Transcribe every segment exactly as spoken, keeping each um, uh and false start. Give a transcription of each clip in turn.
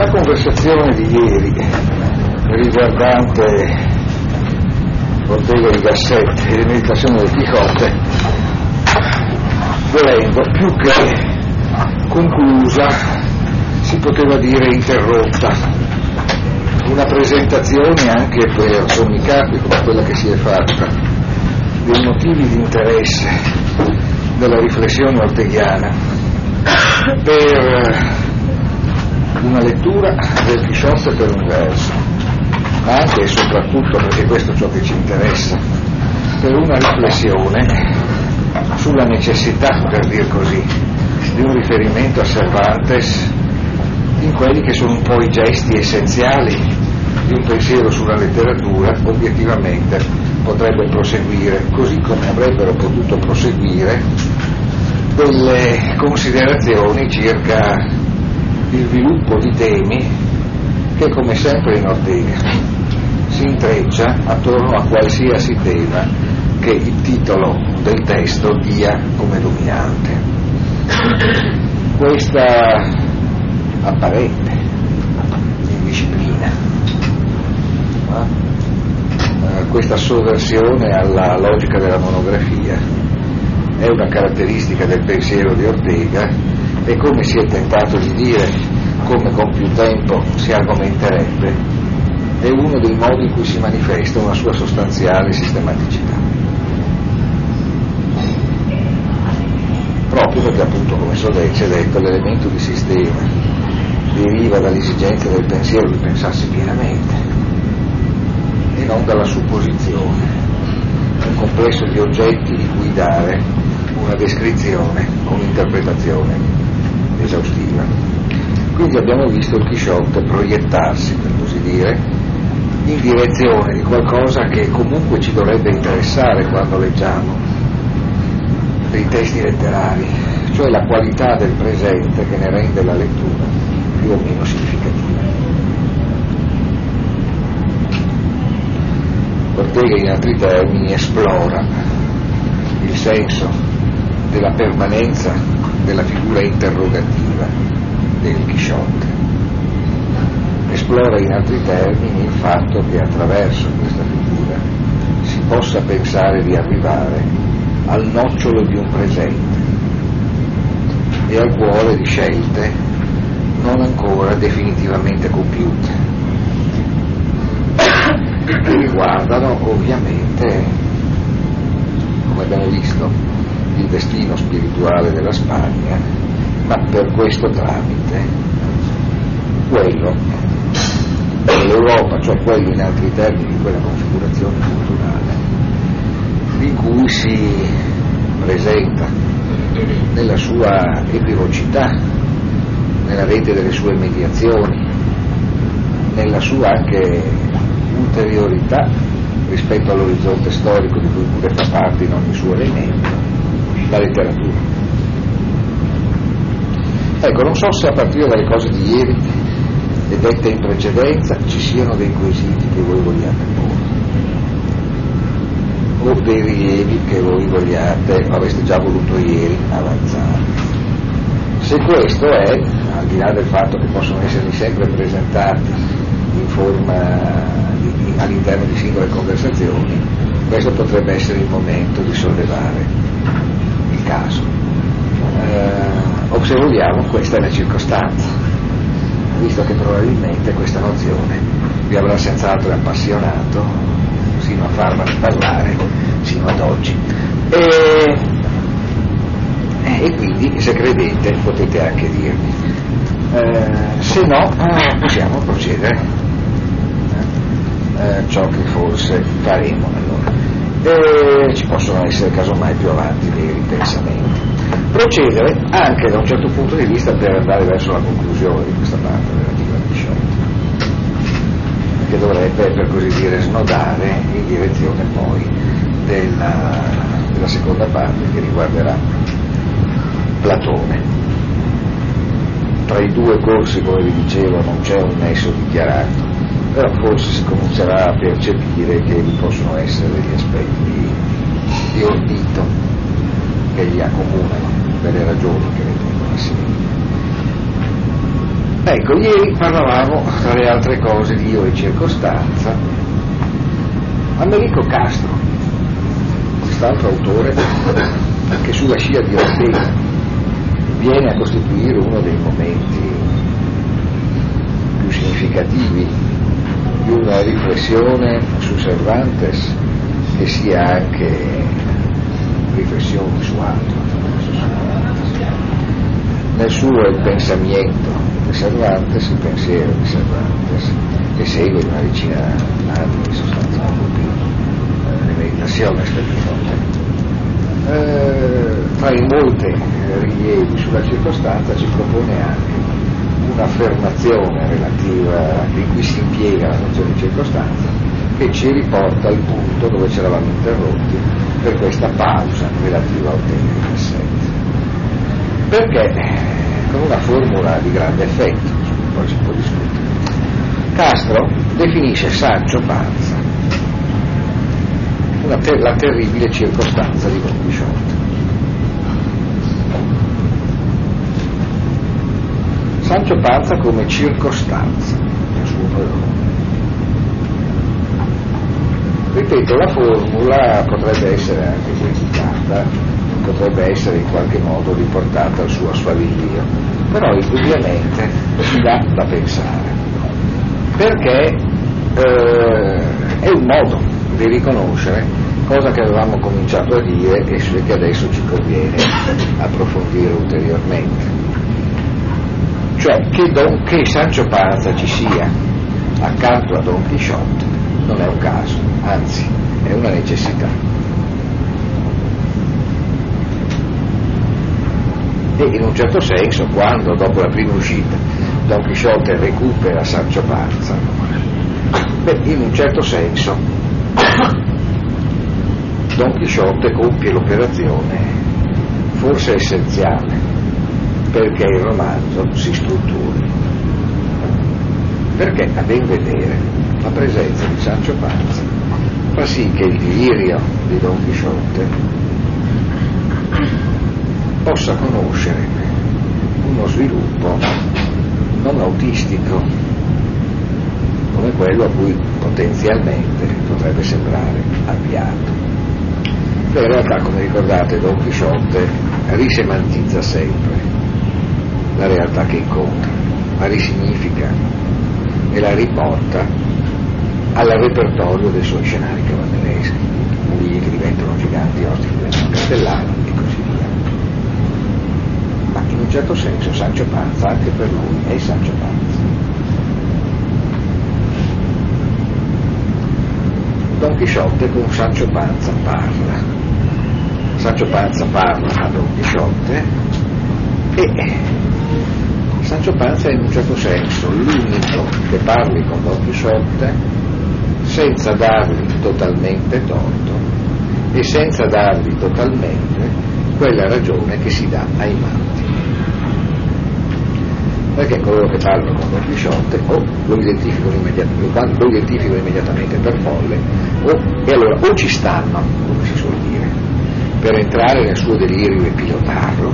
La conversazione di ieri riguardante Ortega y Gasset e le meditazioni del Quixote, volendo più che conclusa, si poteva dire interrotta. Una presentazione anche per sommi capi, come quella che si è fatta, dei motivi di interesse della riflessione orteghiana per una lettura del Quixote per un verso, ma anche e soprattutto, perché questo è ciò che ci interessa, per una riflessione sulla necessità, per dir così, di un riferimento a Cervantes in quelli che sono un po' i gesti essenziali di un pensiero sulla letteratura. Obiettivamente potrebbe proseguire, così come avrebbero potuto proseguire delle considerazioni circa il sviluppo di temi che, come sempre in Ortega, si intreccia attorno a qualsiasi tema che il titolo del testo dia come dominante. Questa apparente indisciplina, eh? questa sovversione alla logica della monografia è una caratteristica del pensiero di Ortega e, come si è tentato di dire, come con più tempo si argomenterebbe, è uno dei modi in cui si manifesta una sua sostanziale sistematicità. Proprio perché, appunto, come si è detto, l'elemento di sistema deriva dall'esigenza del pensiero di pensarsi pienamente e non dalla supposizione, un complesso di oggetti di cui dare una descrizione o un'interpretazione esaustiva. Quindi abbiamo visto il Quixote proiettarsi, per così dire, in direzione di qualcosa che comunque ci dovrebbe interessare quando leggiamo dei testi letterari, cioè la qualità del presente che ne rende la lettura più o meno significativa. Ortega, in altri termini, esplora il senso della permanenza della figura interrogativa del Quixote. Esplora, in altri termini, il fatto che attraverso questa figura si possa pensare di arrivare al nocciolo di un presente e al cuore di scelte non ancora definitivamente compiute, che riguardano ovviamente, come abbiamo visto, il destino spirituale della Spagna, ma per questo tramite quello dell'Europa, cioè quello, in altri termini, di quella configurazione culturale in cui si presenta nella sua epivocità, nella rete delle sue mediazioni, nella sua anche ulteriorità rispetto all'orizzonte storico di cui pure fa parte in ogni suo elemento, la letteratura. Ecco, non so se a partire dalle cose di ieri e dette in precedenza ci siano dei quesiti che voi vogliate porre o dei rilievi che voi vogliate, avreste già voluto ieri, avanzare. Se questo è, al di là del fatto che possono esservi sempre presentati in forma di, all'interno di singole conversazioni, questo potrebbe essere il momento di sollevare il caso. Eh, o se vogliamo, questa è la circostanza, visto che probabilmente questa nozione vi avrà senz'altro appassionato sino a farla parlare sino ad oggi e, e quindi, se credete, potete anche dirmi, eh, se no possiamo procedere, eh, ciò che forse faremo allora. E ci possono essere casomai più avanti dei ripensamenti, procedere anche da un certo punto di vista per andare verso la conclusione di questa parte relativa al Quixote, che dovrebbe, per così dire, snodare in direzione poi della, della seconda parte, che riguarderà Platone. Tra i due corsi, come vi dicevo, non c'è un nesso dichiarato, però forse si comincerà a percepire che vi possono essere degli aspetti di ordito che li accomunano per le ragioni che ne tengono assieme. Ecco, ieri parlavamo, tra le altre cose, di Io e circostanza. Americo Castro, quest'altro autore che sulla scia di Ortega viene a costituire uno dei momenti più significativi di una riflessione su Cervantes che sia anche riflessione su altro. Nel suo Il pensamento di Cervantes, il pensiero di Cervantes, che segue una decina d'anni sostanzialmente di meditazione spirituale, eh, tra i molti rilievi sulla circostanza ci propone anche un'affermazione relativa, in cui si impiega la nozione di circostanza, che ci riporta al punto dove ci eravamo interrotti per questa pausa relativa al tempo di assetto. Perché, con una formula di grande effetto, su cui poi si può discutere, Castro definisce Sancho Panza una ter- la terribile circostanza di Don Chisciotte. Sancho Panza come circostanza, il suo valore. Ripeto, la formula potrebbe essere anche criticata, potrebbe essere in qualche modo riportata al suo sfavillio, però indubbiamente dà da pensare, perché eh, è un modo di riconoscere cosa che avevamo cominciato a dire e che adesso ci conviene approfondire ulteriormente, cioè che, Don, che Sancho Panza ci sia accanto a Don Chisciotte non è un caso, anzi è una necessità. E in un certo senso, quando dopo la prima uscita Don Chisciotte recupera Sancho Panza, beh, in un certo senso Don Chisciotte compie l'operazione forse essenziale perché il romanzo si strutturi, perché a ben vedere la presenza di Sancho Panza fa sì che il delirio di Don Chisciotte possa conoscere uno sviluppo non autistico come quello a cui potenzialmente potrebbe sembrare avviato. Beh, in realtà, come ricordate, Don Chisciotte risemantizza sempre la realtà che incontra, la risignifica e la riporta al repertorio dei suoi scenari cavallereschi, ulivi che diventano giganti, osti che diventano castellani e così via. Ma in un certo senso Sancho Panza anche per lui è Sancho Panza. Don Chisciotte con Sancho Panza parla, Sancho Panza parla a Don Chisciotte e Sancho Panza è in un certo senso l'unico che parli con Don Chisciotte senza dargli totalmente torto e senza dargli totalmente quella ragione che si dà ai matti, perché coloro che parlano con Don Chisciotte o lo identificano, immediat- lo identificano immediatamente per folle o, e allora o ci stanno, come si suol dire, per entrare nel suo delirio e pilotarlo,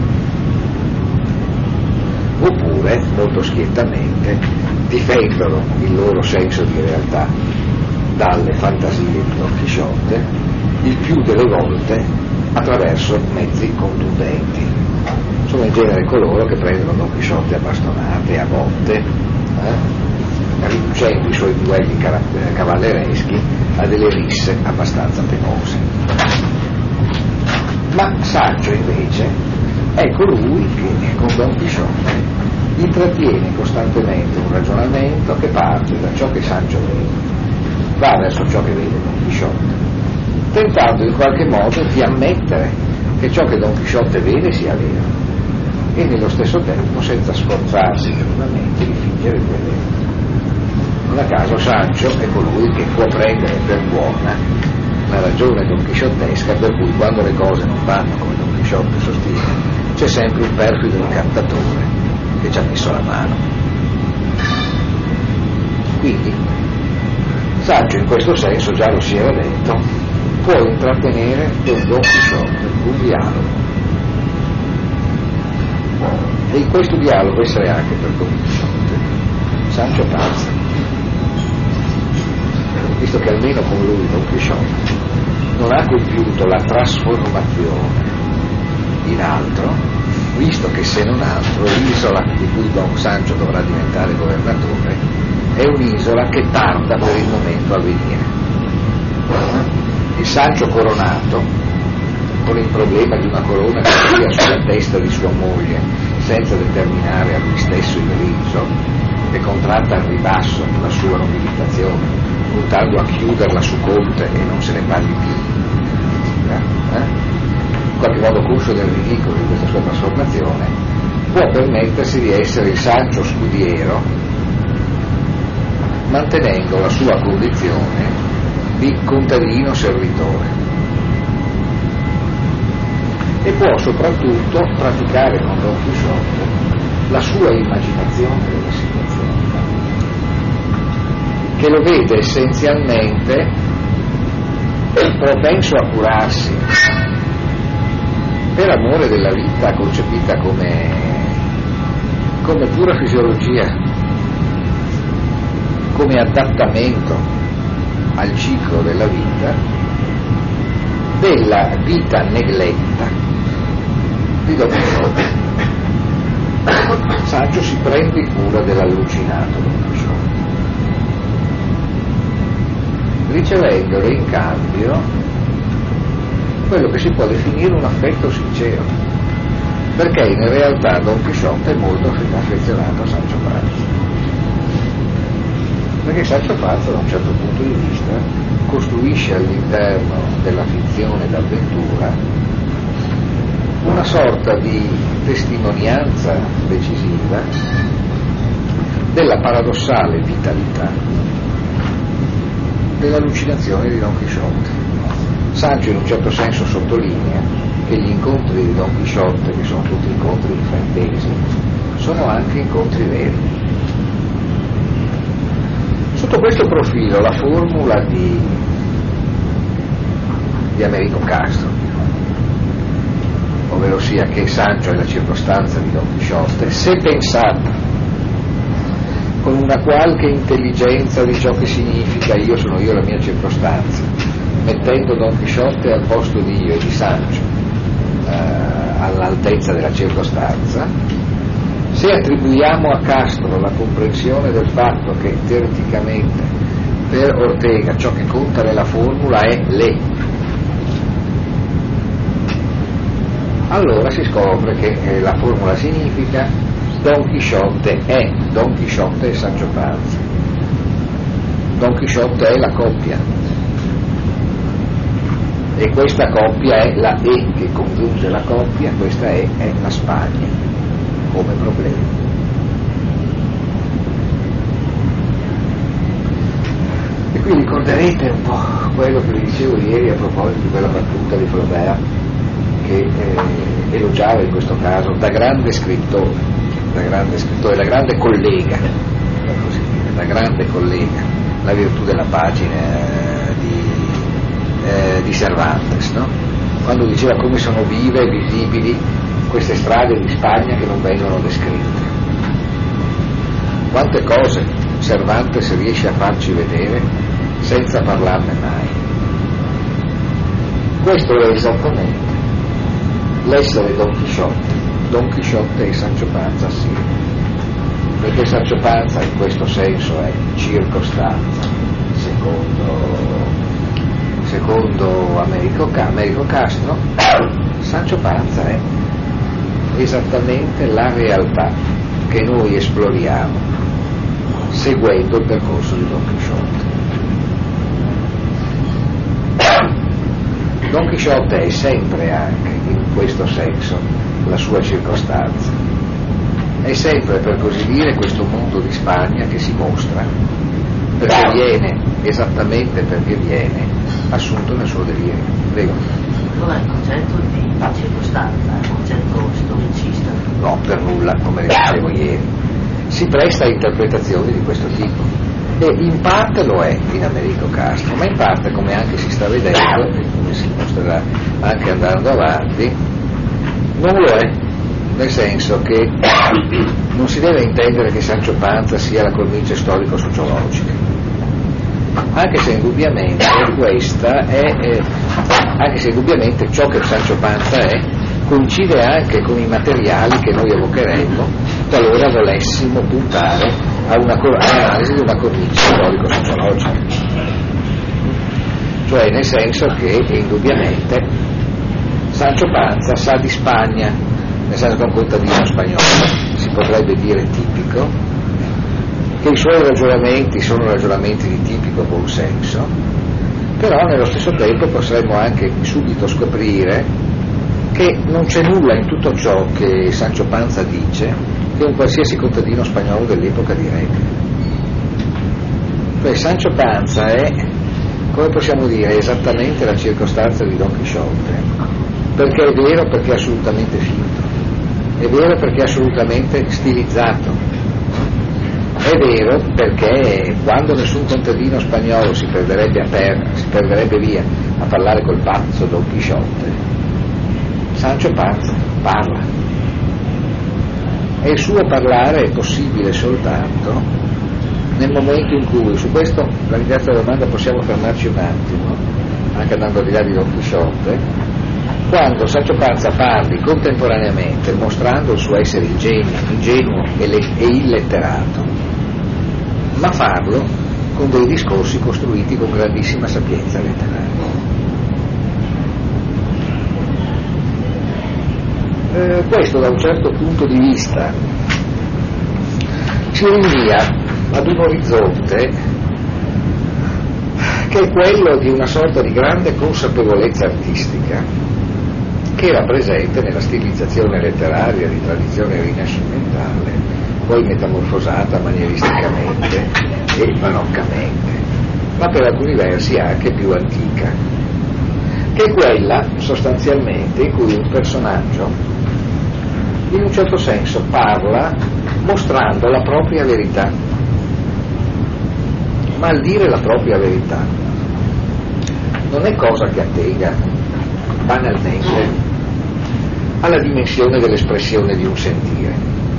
oppure molto schiettamente difendono il loro senso di realtà dalle fantasie di Don Chisciotte, il più delle volte attraverso mezzi contundenti. Sono in genere coloro che prendono Don Chisciotte a bastonate, a botte, eh, riducendo i suoi duelli cavallereschi a delle risse abbastanza penose. Ma Sancho invece è colui che con Don Chisciotte intrattiene costantemente un ragionamento che parte da ciò che Sancho vede, va verso ciò che vede Don Chisciotte, tentando in qualche modo di ammettere che ciò che Don Chisciotte vede sia vero e nello stesso tempo senza sforzarsi minimamente di fingere di vedere. Non a caso Sancho è colui che può prendere per buona la ragione donchisciottesca per cui quando le cose non vanno come Don Chisciotte sostiene c'è sempre un perfido incantatore che ci ha messo la mano. Quindi Sancho in questo senso, già lo si era detto, può intrattenere con Don Chisciotte un dialogo e in questo dialogo essere anche per Don Chisciotte. Sancho Panza, visto che almeno con lui Don Chisciotte non ha compiuto la trasformazione in altro, visto che se non altro l'isola di cui Don Sancho dovrà diventare governatore è un'isola che tarda per il momento a venire. Il Sancho coronato, con il problema di una corona che sia sulla testa di sua moglie senza determinare a lui stesso il riso, e contratta al ribasso la sua nobilitazione, puntando a chiuderla su Conte e non se ne parli più, eh? in qualche modo conscio del ridicolo di questa sua trasformazione, può permettersi di essere il Sancho scudiero, mantenendo la sua condizione di contadino servitore, e può soprattutto praticare con Don Chisciotte la sua immaginazione della situazione, che lo vede essenzialmente propenso a curarsi per amore della vita concepita come, come pura fisiologia, come adattamento al ciclo della vita, della vita negletta di Don Chisciotte. Sancho si prende cura dell'allucinato Don Chisciotte, ricevendolo in cambio quello che si può definire un affetto sincero, perché in realtà Don Chisciotte è molto affezionato a Sancho Panza, perché Sancho Panza da un certo punto di vista costruisce all'interno della finzione d'avventura una sorta di testimonianza decisiva della paradossale vitalità dell'allucinazione di Don Chisciotte. Sancho in un certo senso sottolinea che gli incontri di Don Chisciotte, che sono tutti incontri fraintesi, sono anche incontri veri. Sotto questo profilo la formula di, di Americo Castro, ovvero sia che Sancho è la circostanza di Don Chisciotte, se pensata con una qualche intelligenza di ciò che significa io sono io la mia circostanza, mettendo Don Chisciotte al posto di io e di Sancho eh, all'altezza della circostanza, se attribuiamo a Castro la comprensione del fatto che teoreticamente per Ortega ciò che conta nella formula è le, allora si scopre che eh, la formula significa Don Chisciotte è Don Chisciotte e Sancho Panza. Don Chisciotte è la coppia, e questa coppia è la E che congiunge la coppia, questa è, è la Spagna come problema. E qui ricorderete un po' quello che vi dicevo ieri a proposito di quella battuta di Flaubert che eh, elogiava in questo caso da grande scrittore, da grande scrittore, da grande collega, per così dire, da grande collega, la virtù della pagina eh, di, eh, di Cervantes, no? Quando diceva come sono vive e visibili queste strade di Spagna che non vengono descritte. Quante cose Cervantes riesce a farci vedere senza parlarne mai. Questo è esattamente l'essere Don Chisciotte, Don Chisciotte e Sancho Panza assieme, perché Sancho Panza in questo senso è circostanza, secondo, secondo Americo, Americo Castro. Sancho Panza è esattamente la realtà che noi esploriamo seguendo il percorso di Don Chisciotte. Don Chisciotte è sempre anche, in questo senso, la sua circostanza. È sempre, per così dire, questo mondo di Spagna che si mostra, perché viene, esattamente perché viene, assunto nel suo delirio. Prego. Non è il concetto di circostanza, è il concetto storicista? No, per nulla, come dicevo ieri. Si presta a interpretazioni di questo tipo. E in parte lo è in Americo Castro, ma in parte, come anche si sta vedendo e come si mostrerà anche andando avanti, non lo è nel senso che non si deve intendere che Sancho Panza sia la cornice storico-sociologica, anche se indubbiamente questa è, è anche se indubbiamente ciò che Sancho Panza è coincide anche con i materiali che noi evocheremmo qualora volessimo puntare a una, all'analisi di una cornice storico-sociologica, cioè nel senso che indubbiamente Sancho Panza sa di Spagna, nel senso che è un contadino spagnolo, si potrebbe dire tipico, che i suoi ragionamenti sono ragionamenti di tipico buon senso, però nello stesso tempo potremmo anche subito scoprire che non c'è nulla in tutto ciò che Sancho Panza dice che un qualsiasi contadino spagnolo dell'epoca direbbe. Cioè Sancho Panza è, come possiamo dire, esattamente la circostanza di Don Chisciotte, perché è vero, perché è assolutamente finto, è vero perché è assolutamente stilizzato, è vero perché quando nessun contadino spagnolo si perderebbe, a per, si perderebbe via a parlare col pazzo Don Chisciotte, Sancho Panza parla, e il suo parlare è possibile soltanto nel momento in cui, su questo la ringrazio della domanda possiamo fermarci un attimo, anche andando al di là di Don Chisciotte, quando Sancho Panza parli contemporaneamente mostrando il suo essere ingenuo, ingenuo e, le, e illetterato, ma farlo con dei discorsi costruiti con grandissima sapienza letteraria. Eh, questo da un certo punto di vista ci rinvia ad un orizzonte che è quello di una sorta di grande consapevolezza artistica che era presente nella stilizzazione letteraria di tradizione rinascimentale, poi metamorfosata manieristicamente e baroccamente, ma per alcuni versi anche più antica, che è quella sostanzialmente in cui un personaggio in un certo senso parla mostrando la propria verità, ma al dire la propria verità non è cosa che attenga banalmente alla dimensione dell'espressione di un sentire.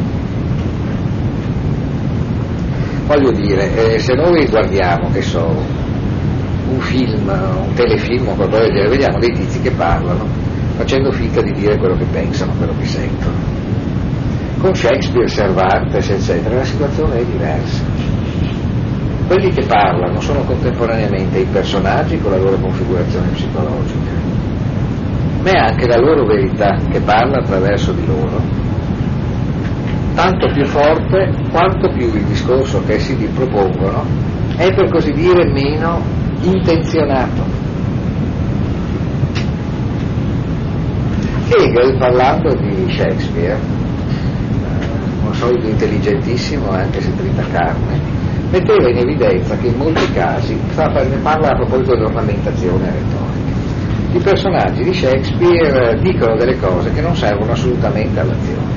Voglio dire, eh, se noi guardiamo, che so, un film, un telefilm o qualcosa del genere, vediamo dei tizi che parlano facendo finta di dire quello che pensano, quello che sentono. Con Shakespeare, Cervantes, eccetera, la situazione è diversa. Quelli che parlano sono contemporaneamente i personaggi con la loro configurazione psicologica, ma è anche la loro verità che parla attraverso di loro, tanto più forte quanto più il discorso che essi vi propongono è, per così dire, meno intenzionato. Hegel, parlando di Shakespeare, un solito intelligentissimo anche se trita carne, metteva in evidenza che in molti casi, ne parla a proposito dell'ornamentazione retorica, i personaggi di Shakespeare dicono delle cose che non servono assolutamente all'azione.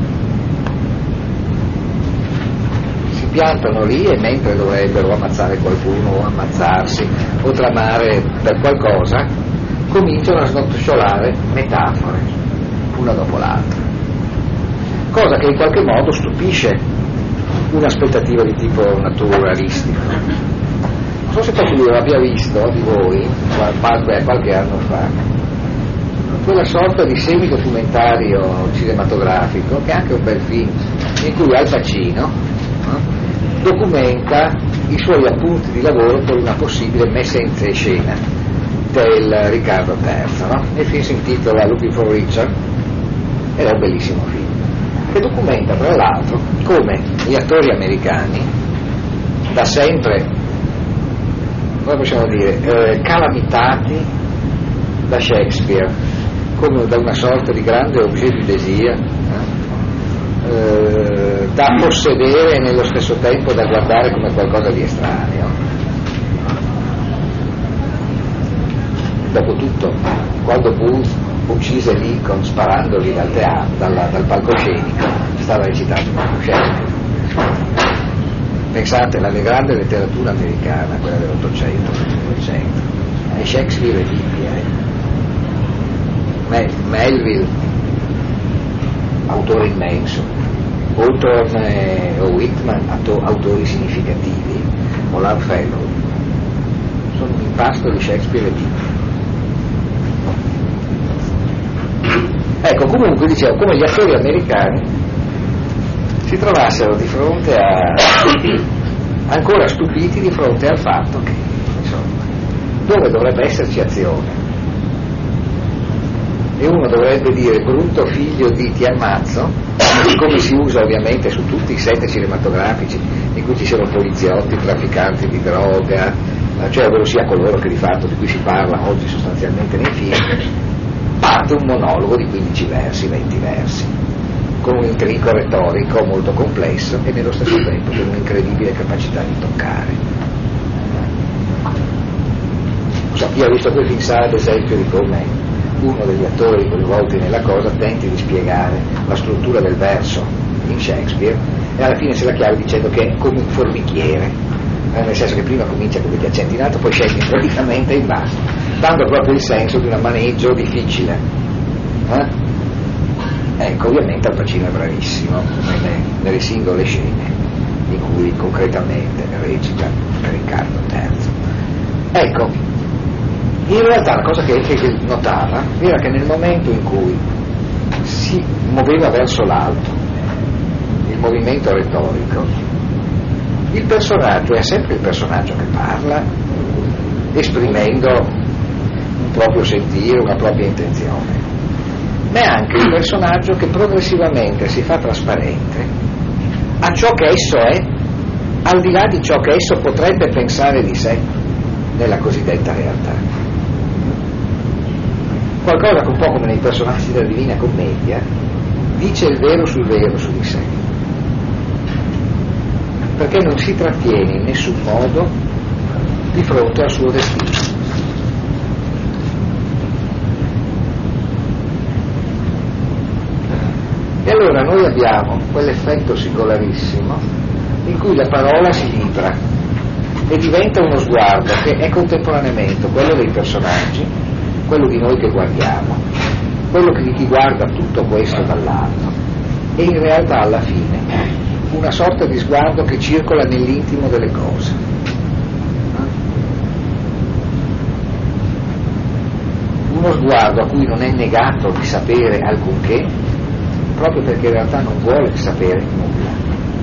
Si piantano lì e mentre dovrebbero ammazzare qualcuno o ammazzarsi o tramare per qualcosa, cominciano a snocciolare metafore, una dopo l'altra. Cosa che in qualche modo stupisce un'aspettativa di tipo naturalistico. Non so se qualcuno l'abbia visto di voi qualche, qualche anno fa, quella sorta di semidocumentario cinematografico che è anche un bel film, in cui Al Pacino eh, documenta i suoi appunti di lavoro per una possibile messa in scena del Riccardo terzo, no? Il film si intitola Looking for Richard ed è un bellissimo film che documenta tra l'altro come gli attori americani da sempre, come possiamo dire, eh, calamitati da Shakespeare come da una sorta di grande objet du désir, eh, da possedere e nello stesso tempo da guardare come qualcosa di estraneo. Dopotutto, quando Booth uccise Lincoln sparandogli dal teatro, dal, dal palcoscenico, stava recitando Shakespeare. Pensate, la grande letteratura americana, quella dell'Ottocento, del Novecento, è Shakespeare e Bibbia, eh. Melville, autore immenso, Hawthorne o Whitman, autori significativi, o Longfellow, sono un impasto di Shakespeare e Dickens. Ecco, comunque dicevo, come gli attori americani si trovassero di fronte a ancora stupiti di fronte al fatto che insomma, dove dovrebbe esserci azione e uno dovrebbe dire brutto figlio di ti ammazzo, come si usa ovviamente su tutti i set cinematografici in cui ci sono poliziotti, trafficanti di droga, cioè ovvero sia coloro che di fatto di cui si parla oggi sostanzialmente nei film, parte un monologo di quindici versi, venti versi, con un intrico retorico molto complesso e nello stesso tempo con un'incredibile capacità di toccare. Io ho visto quel film sala, ad esempio, di come uno degli attori coinvolti nella cosa tenti di spiegare la struttura del verso in Shakespeare e alla fine se la chiave dicendo che è come un formichiere, eh, nel senso che prima comincia con degli accenti in alto, poi scende praticamente in basso, dando proprio il senso di un maneggio difficile. Eh? Ecco, ovviamente Al Pacino è bravissimo nelle, nelle singole scene in cui concretamente recita Riccardo terzo. Ecco, in realtà la cosa che, che notava era che nel momento in cui si muoveva verso l'alto il movimento retorico, il personaggio è sempre il personaggio che parla, esprimendo un proprio sentire, una propria intenzione, ma è anche il personaggio che progressivamente si fa trasparente a ciò che esso è, al di là di ciò che esso potrebbe pensare di sé nella cosiddetta realtà. Qualcosa che un po' come nei personaggi della Divina Commedia dice il vero sul vero su di sé, perché non si trattiene in nessun modo di fronte al suo destino. E allora noi abbiamo quell'effetto singolarissimo in cui la parola si libra e diventa uno sguardo che è contemporaneamente quello dei personaggi, quello di noi che guardiamo, quello di chi guarda tutto questo dall'alto, e in realtà alla fine una sorta di sguardo che circola nell'intimo delle cose. Uno sguardo a cui non è negato di sapere alcunché, proprio perché in realtà non vuole sapere nulla,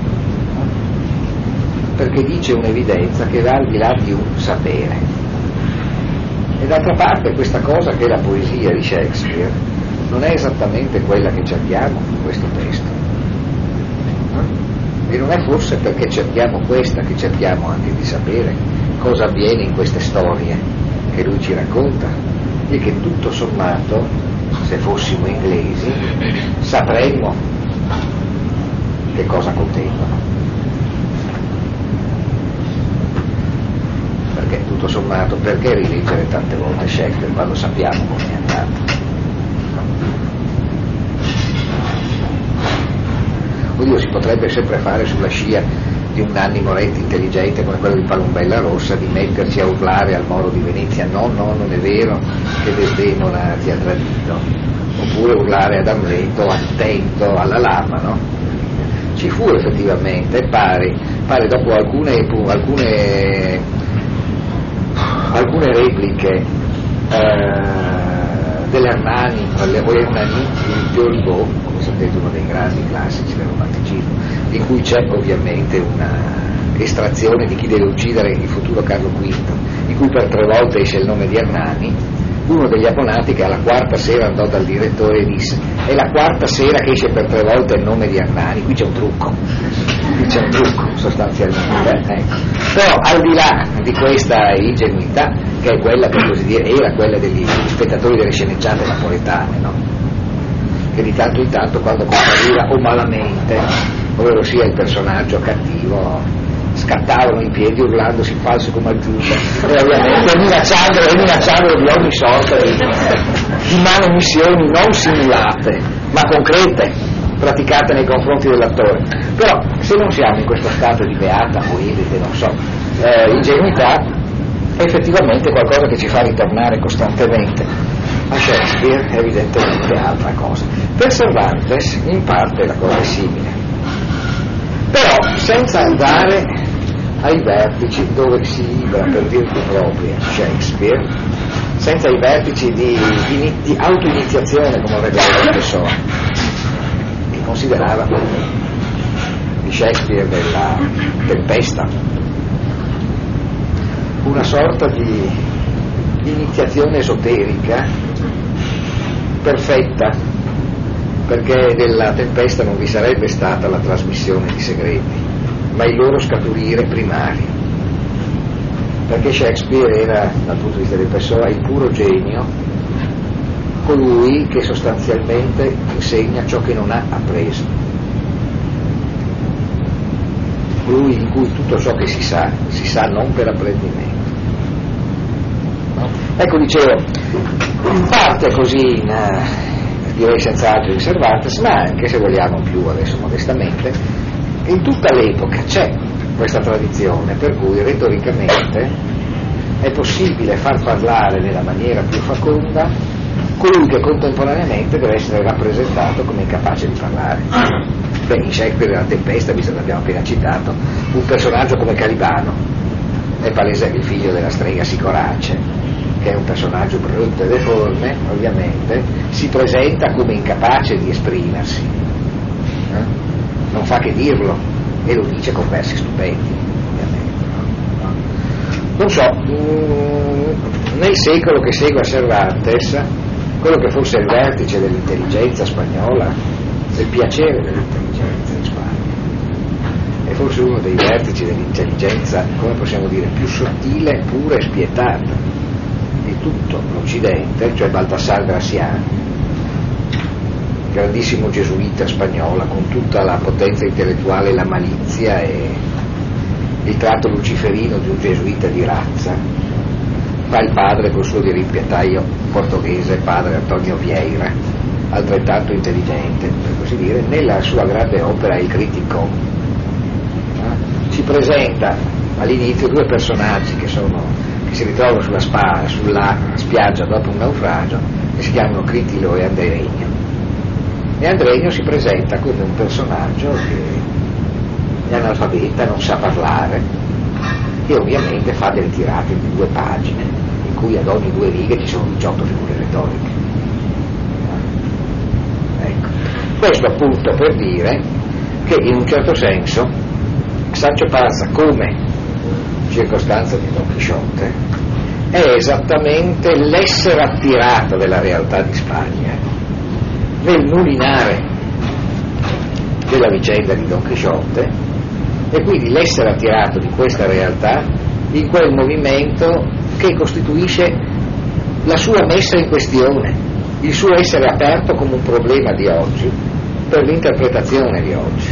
perché dice un'evidenza che va al di là di un sapere. E d'altra parte questa cosa che è la poesia di Shakespeare non è esattamente quella che cerchiamo in questo testo, no? E non è forse perché cerchiamo questa che cerchiamo anche di sapere cosa avviene in queste storie che lui ci racconta e che tutto sommato, se fossimo inglesi, sapremmo che cosa contengono. Perché tutto sommato, perché rileggere tante volte Shakespeare quando sappiamo come è andato? Oddio, si potrebbe sempre fare sulla scia di un Nanni Moretti intelligente come quello di Palombella Rossa, di mettersi a urlare al Moro di Venezia no, no, non è vero che Desdemona ti ha tradito, oppure urlare ad Amleto attento alla lama, no? Ci fu effettivamente, pare, pare dopo alcune, alcune alcune repliche eh, dell'Hernani o Hernani di Victor Hugo, come sapete uno dei grandi classici del romanticismo, in cui c'è ovviamente una estrazione di chi deve uccidere il futuro Carlo quinto, in cui per tre volte esce il nome di Hernani. Uno degli abbonati che alla quarta sera andò dal direttore e disse: è la quarta sera che esce per tre volte il nome di Hernani, qui c'è un trucco, qui c'è un trucco sostanzialmente, ecco. Però al di là di questa ingenuità, che è quella, per così dire, era quella degli spettatori delle sceneggiate napoletane, no? Che di tanto in tanto quando compariva o malamente, ovvero sia il personaggio cattivo, scattavano in piedi urlandosi falso come al giusto e ovviamente minacciandolo, minacciandolo di ogni sorta di, di manomissioni non simulate ma concrete praticate nei confronti dell'attore. Però se non siamo in questo stato di beata o edite, non so, eh, ingenuità, è effettivamente qualcosa che ci fa ritornare costantemente a Shakespeare, evidentemente altra cosa. Per Cervantes in parte la cosa è simile, però senza andare ai vertici dove si libera per virtù propria Shakespeare, senza i vertici di, di, di autoiniziazione come avrebbe detto Pessoa, che considerava di Shakespeare della Tempesta una sorta di iniziazione esoterica perfetta, perché della Tempesta non vi sarebbe stata la trasmissione di segreti, ma il loro scaturire primario, perché Shakespeare era, dal punto di vista di Pessoa, il puro genio, colui che sostanzialmente insegna ciò che non ha appreso, colui in cui tutto ciò che si sa, si sa non per apprendimento. No? Ecco, dicevo, in parte così, in, uh, direi senz'altro in Cervantes, ma anche, se vogliamo più adesso modestamente, in tutta l'epoca c'è questa tradizione per cui retoricamente è possibile far parlare nella maniera più feconda colui che contemporaneamente deve essere rappresentato come incapace di parlare. Beh, in Shakespeare della Tempesta, visto che abbiamo appena citato, un personaggio come Calibano è palese che il figlio della strega Sicorace, che è un personaggio brutto e deforme, ovviamente, si presenta come incapace di esprimersi, eh? Non fa che dirlo, e lo dice con versi stupendi, ovviamente. Non so, mh, nel secolo che segue a Cervantes, quello che fosse il vertice dell'intelligenza spagnola, del piacere dell'intelligenza in Spagna, e forse uno dei vertici dell'intelligenza, come possiamo dire, più sottile, pura e spietata di tutto l'Occidente, cioè Baldassare Graciani, grandissimo gesuita spagnola, con tutta la potenza intellettuale e la malizia e il tratto luciferino di un gesuita di razza. Fa il padre col suo dirimpiataio portoghese, padre Antonio Vieira, altrettanto intelligente, per così dire, nella sua grande opera Il Critico. Eh? Si presenta all'inizio due personaggi che, sono, che si ritrovano sulla, spa, sulla spiaggia dopo un naufragio, e si chiamano Critilo e Andregno. E Andregno si presenta come un personaggio che è analfabeta, non sa parlare, e ovviamente fa delle tirate di due pagine, in cui ad ogni due righe ci sono diciotto figure retoriche. Ecco. Questo appunto per dire che in un certo senso Sancho Panza, come circostanza di Don Chisciotte, è esattamente l'essere attirato della realtà di Spagna, nel mulinare della vicenda di Don Chisciotte, e quindi l'essere attirato di questa realtà in quel movimento che costituisce la sua messa in questione, il suo essere aperto come un problema di oggi per l'interpretazione di oggi.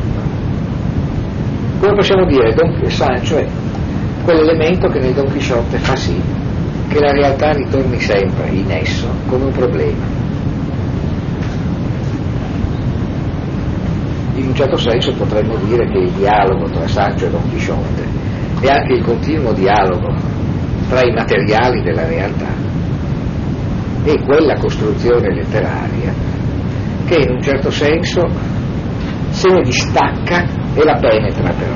Come possiamo dire, Don Sancho è quell'elemento che nel Don Chisciotte fa sì che la realtà ritorni sempre in esso come un problema. In un certo senso potremmo dire che il dialogo tra Sancho e Don Chisciotte è anche il continuo dialogo tra i materiali della realtà e quella costruzione letteraria che in un certo senso se ne distacca e la penetra, però.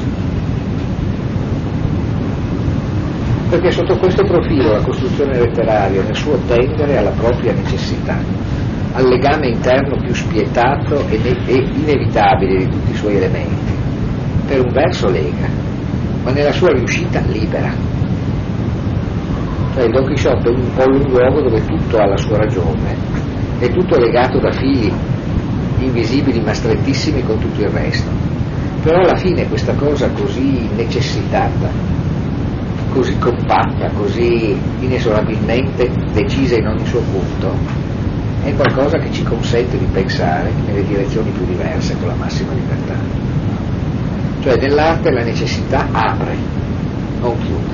Perché sotto questo profilo la costruzione letteraria nel suo tendere alla propria necessità, al legame interno più spietato e, ne- e inevitabile di tutti i suoi elementi, per un verso lega, ma nella sua riuscita libera. Cioè il Don Chisciotte è un po' un luogo dove tutto ha la sua ragione, e tutto è legato da fili invisibili ma strettissimi con tutto il resto. Però alla fine questa cosa così necessitata, così compatta, così inesorabilmente decisa in ogni suo punto, è qualcosa che ci consente di pensare nelle direzioni più diverse con la massima libertà. Cioè nell'arte la necessità apre, non chiude.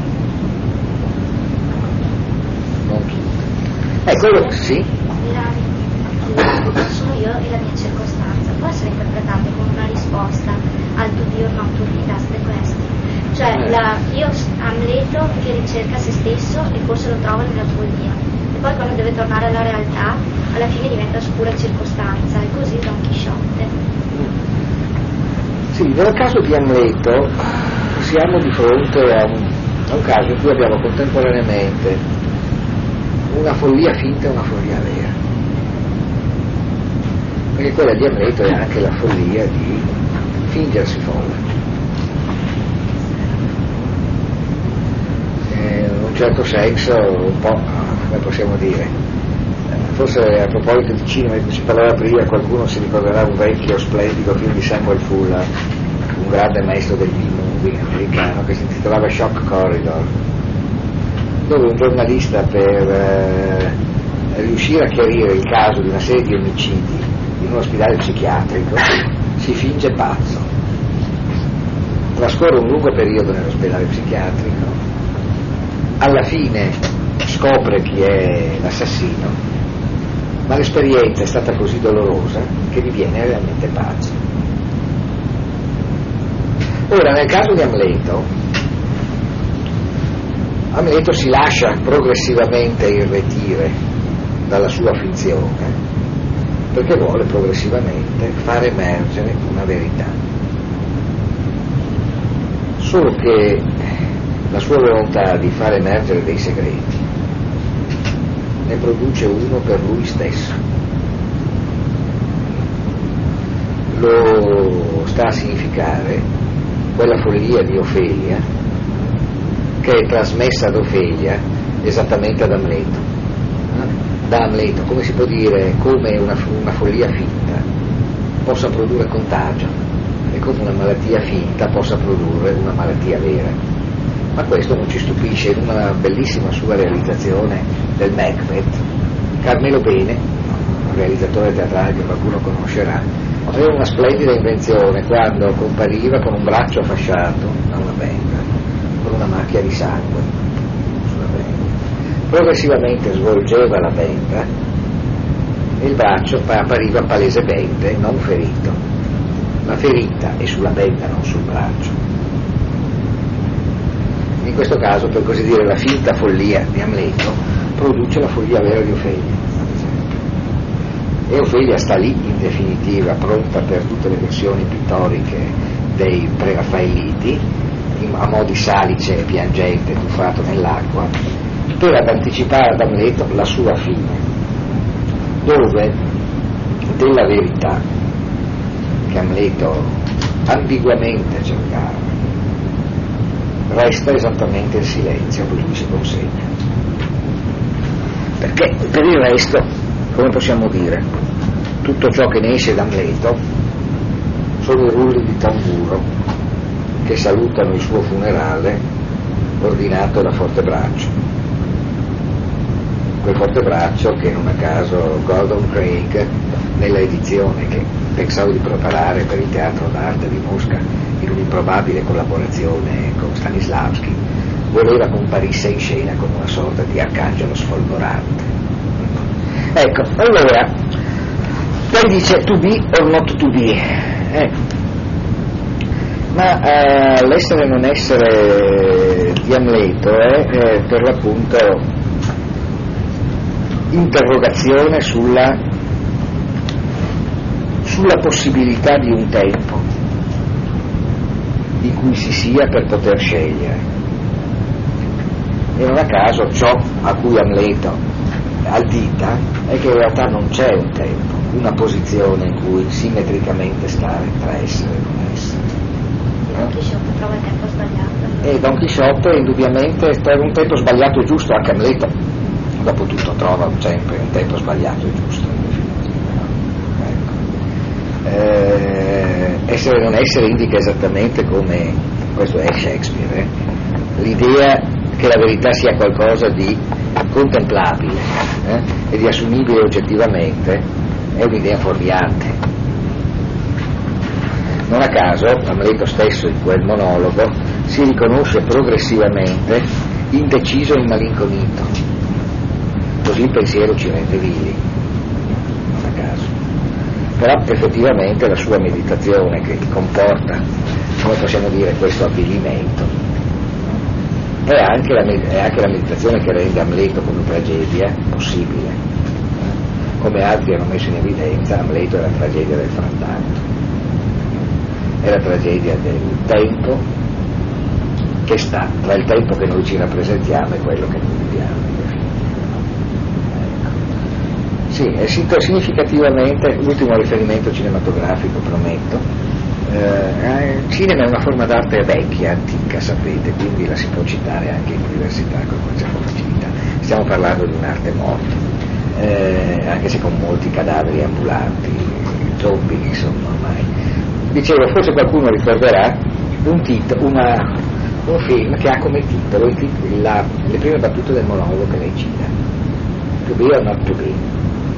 Non chiude. È quello, sì? Sono io e la mia circostanza può essere interpretato come una risposta al to be or not to be, that's the question. Cioè la, io Amleto che ricerca se stesso e forse lo trova nella follia. poi quando deve tornare alla realtà, alla fine diventa scura circostanza, e così Don Chisciotte. Sì, nel caso di Amleto siamo di fronte a un, a un caso in cui abbiamo contemporaneamente una follia finta e una follia vera, perché quella di Amleto è anche la follia di fingersi folle. In un certo senso, un po', come possiamo dire, forse a proposito di cinema di cui si parlava prima, qualcuno si ricorderà un vecchio splendido film di Samuel Fuller, un grande maestro del B-movie americano, che si intitolava Shock Corridor, dove un giornalista, per eh, riuscire a chiarire il caso di una serie di omicidi in un ospedale psichiatrico, si finge pazzo. Trascorre un lungo periodo nell'ospedale psichiatrico, alla fine scopre chi è l'assassino, ma l'esperienza è stata così dolorosa che diviene realmente pazzo. Ora, nel caso di Amleto, Amleto si lascia progressivamente irretire dalla sua finzione, perché vuole progressivamente far emergere una verità. Solo che la sua volontà di far emergere dei segreti ne produce uno per lui stesso. Lo sta a significare quella follia di Ofelia che è trasmessa ad Ofelia esattamente ad Amleto. Da Amleto, come si può dire, come una, una follia finta possa produrre contagio e come una malattia finta possa produrre una malattia vera. Ma questo non ci stupisce. In una bellissima sua realizzazione del Macbeth, Carmelo Bene, un realizzatore teatrale che qualcuno conoscerà, aveva una splendida invenzione quando compariva con un braccio fasciato da una benda, con una macchia di sangue sulla benda. Progressivamente svolgeva la benda e il braccio appariva palesemente non ferito. La ferita è sulla benda, non sul braccio. In questo caso, per così dire, la finta follia di Amleto produce la follia vera di Ofelia. E Ofelia sta lì, in definitiva, pronta per tutte le versioni pittoriche dei preraffaeliti, a mo' di salice piangente tuffato nell'acqua, per ad anticipare ad Amleto la sua fine, dove della verità che Amleto ambiguamente cercava resta esattamente il silenzio che lui si consegna. Perché per il resto, come possiamo dire, tutto ciò che ne esce da Amleto sono i rulli di tamburo che salutano il suo funerale ordinato da Fortebraccio. Quel Fortebraccio che non a caso Gordon Craig, nella edizione che pensavo di preparare per il Teatro d'Arte di Mosca in un'improbabile collaborazione con Stanislavski, voleva comparisse in scena come una sorta di arcangelo sfolgorante. Ecco, allora poi dice to be or not to be, ecco. Ma eh, l'essere e non essere di Amleto è eh, per l'appunto interrogazione sulla sulla possibilità di un tempo di cui si sia per poter scegliere. E non a caso ciò a cui Amleto addita è che in realtà non c'è un tempo, una posizione in cui simmetricamente stare tra essere e non essere. Don Chisciotte trova il tempo sbagliato. E Don Chisciotte indubbiamente per un tempo sbagliato e giusto, anche Amleto dopo tutto trova sempre un tempo sbagliato e giusto. Eh, essere e non essere indica esattamente come, questo è Shakespeare, eh, l'idea che la verità sia qualcosa di contemplabile eh, e di assumibile oggettivamente è un'idea fuorviante. Non a caso Amleto stesso in quel monologo si riconosce progressivamente indeciso e immalinconito, così il pensiero ci rende vili. Non a caso. Però effettivamente la sua meditazione, che comporta, come possiamo dire, questo avvilimento, è anche la, è anche la meditazione che rende Amleto come tragedia possibile. Eh? Come altri hanno messo in evidenza, Amleto è la tragedia del fratanto, è la tragedia del tempo che sta tra il tempo che noi ci rappresentiamo e quello che noi viviamo. Sì, è significativamente, l'ultimo riferimento cinematografico, prometto, eh, il cinema è una forma d'arte vecchia, antica, sapete, quindi la si può citare anche in università con qualsiasi facilità. Stiamo parlando di un'arte morta, eh, anche se con molti cadaveri ambulanti, zombie, insomma, ormai. Dicevo, forse qualcuno ricorderà un, tit- una, un film che ha come titolo il tit- la, le prime battute del monologo che lei cita, To Be or Not To Be.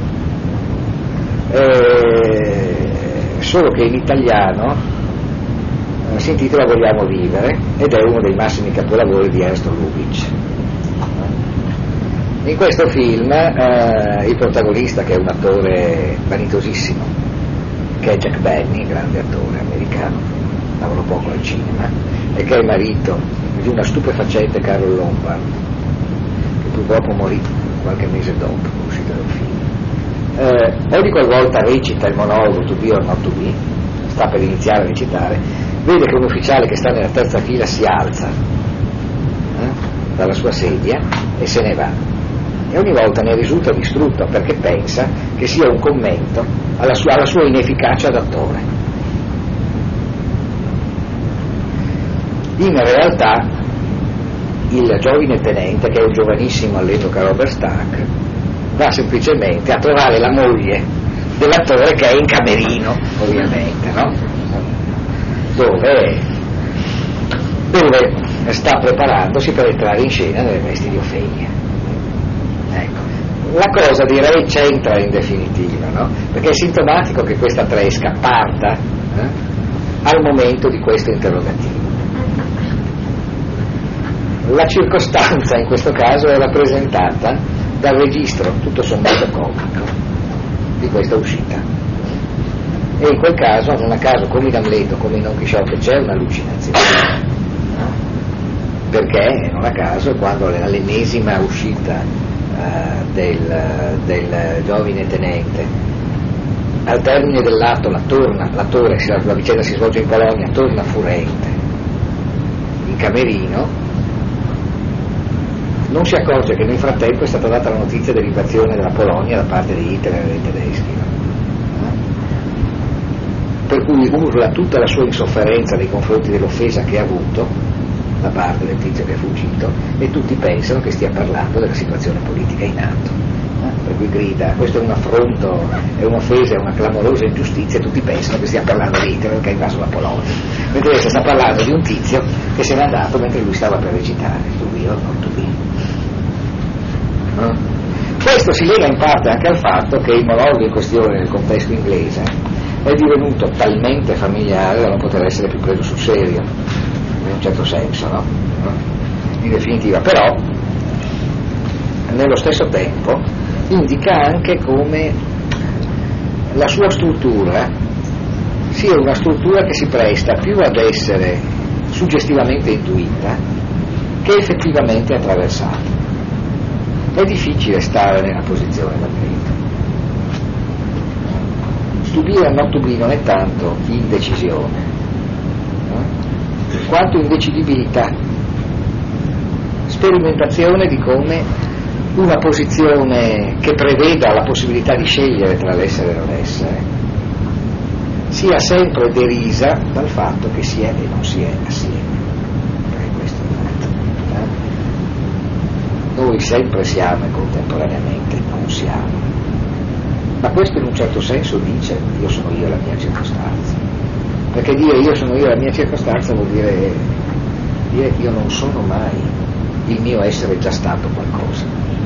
Eh, solo che in italiano eh, si intitola Vogliamo vivere ed è uno dei massimi capolavori di Ernst Lubitsch. In questo film eh, il protagonista, che è un attore vanitosissimo, che è Jack Benny, grande attore americano, lavoro poco al cinema, e che è marito di una stupefacente Carol Lombard, che purtroppo morì qualche mese dopo l'uscita del film. Eh, ogni qualvolta recita il monologo To Be or Not To Be, sta per iniziare a recitare, vede che un ufficiale che sta nella terza fila si alza eh, dalla sua sedia e se ne va, e ogni volta ne risulta distrutto perché pensa che sia un commento alla sua, alla sua inefficacia d'attore. In realtà il giovine tenente, che è un giovanissimo all'epoca Robert Stack, va semplicemente a trovare la moglie dell'attore, che è in camerino, ovviamente, no? Dove, dove sta preparandosi per entrare in scena nelle vesti di Ofelia. Ecco, la cosa direi c'entra in definitiva, no? Perché è sintomatico che questa tresca parta eh, al momento di questo interrogativo. La circostanza in questo caso è rappresentata dal registro tutto sommato comico di questa uscita, e in quel caso, non a caso, come in Amleto, come in Don Chisciotte, c'è un'allucinazione, perché non a caso quando all'ennesima uscita uh, del, del giovane tenente, al termine dell'atto la torna, l'attore, la vicenda si svolge in Polonia, torna furente in camerino, non si accorge che nel frattempo è stata data la notizia dell'invasione della Polonia da parte di Hitler e dei tedeschi, per cui urla tutta la sua insofferenza nei confronti dell'offesa che ha avuto da parte del tizio che è fuggito, e tutti pensano che stia parlando della situazione politica in atto, per cui grida: questo è un affronto, è un'offesa, è una clamorosa ingiustizia, e tutti pensano che stia parlando di Hitler che ha invaso la Polonia, mentre invece sta parlando di un tizio che se n'è andato mentre lui stava per recitare To Be or Not To Be. No? Questo si lega in parte anche al fatto che il monologo in questione nel contesto inglese è divenuto talmente familiare da non poter essere più preso sul serio, in un certo senso, no? In definitiva, però nello stesso tempo indica anche come la sua struttura sia una struttura che si presta più ad essere suggestivamente intuita che effettivamente attraversata. È difficile stare nella posizione d'Amleto. To be or not to be non è tanto indecisione, eh? quanto indecidibilità, sperimentazione di come una posizione che preveda la possibilità di scegliere tra l'essere e non essere sia sempre derisa dal fatto che si è e non si è assieme. Noi sempre siamo e contemporaneamente non siamo, ma questo in un certo senso dice io sono io e la mia circostanza, perché dire io sono io e la mia circostanza vuol dire dire io non sono mai il mio essere già stato qualcosa,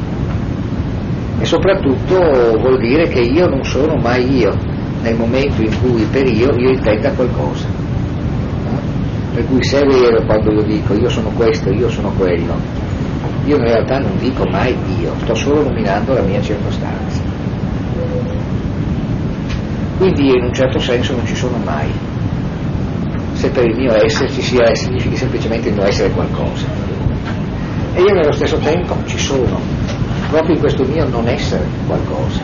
e soprattutto vuol dire che io non sono mai io nel momento in cui per io io intenda qualcosa, no? Per cui se è vero quando io dico io sono questo, io sono quello, io in realtà non dico mai io, sto solo nominando la mia circostanza. Quindi io in un certo senso non ci sono mai, se per il mio essere ci sia, significhi semplicemente il mio essere qualcosa. e io nello stesso tempo ci sono, proprio in questo mio non essere qualcosa.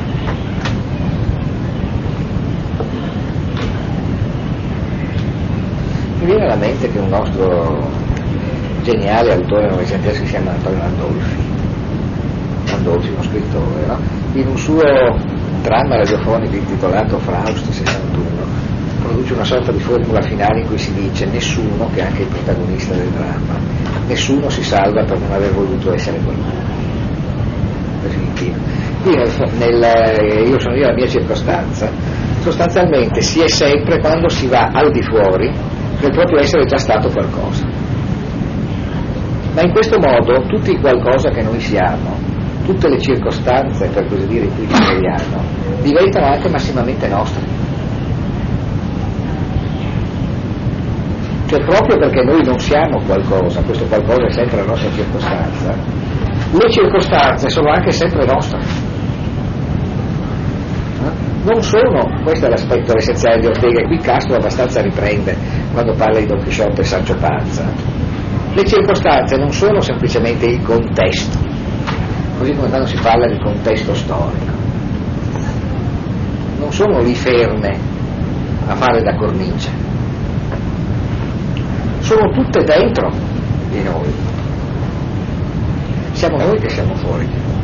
Mi viene alla mente che un nostro geniale autore novecentesco si chiama Antonio Landolfi, Landolfi, uno scrittore, no? In un suo dramma radiofonico intitolato Faust sessantuno produce una sorta di formula finale in cui si dice: nessuno, che è anche il protagonista del dramma, nessuno si salva per non aver voluto essere qualcuno. Definitivo. Qui nel, nel, io sono io la mia circostanza, sostanzialmente si è sempre quando si va al di fuori del proprio essere già stato qualcosa. Ma in questo modo tutti i qualcosa che noi siamo, tutte le circostanze, per così dire, in cui ci troviamo, diventano anche massimamente nostre. Cioè, proprio perché noi non siamo qualcosa, questo qualcosa è sempre la nostra circostanza, le circostanze sono anche sempre nostre. Non sono, questo è l'aspetto essenziale di Ortega, e qui Castro abbastanza riprende quando parla di Don Chisciotte e Sancho Panza. Le circostanze non sono semplicemente il contesto, così come quando si parla di contesto storico, non sono lì ferme a fare da cornice, sono tutte dentro di noi, siamo noi che siamo fuori di noi,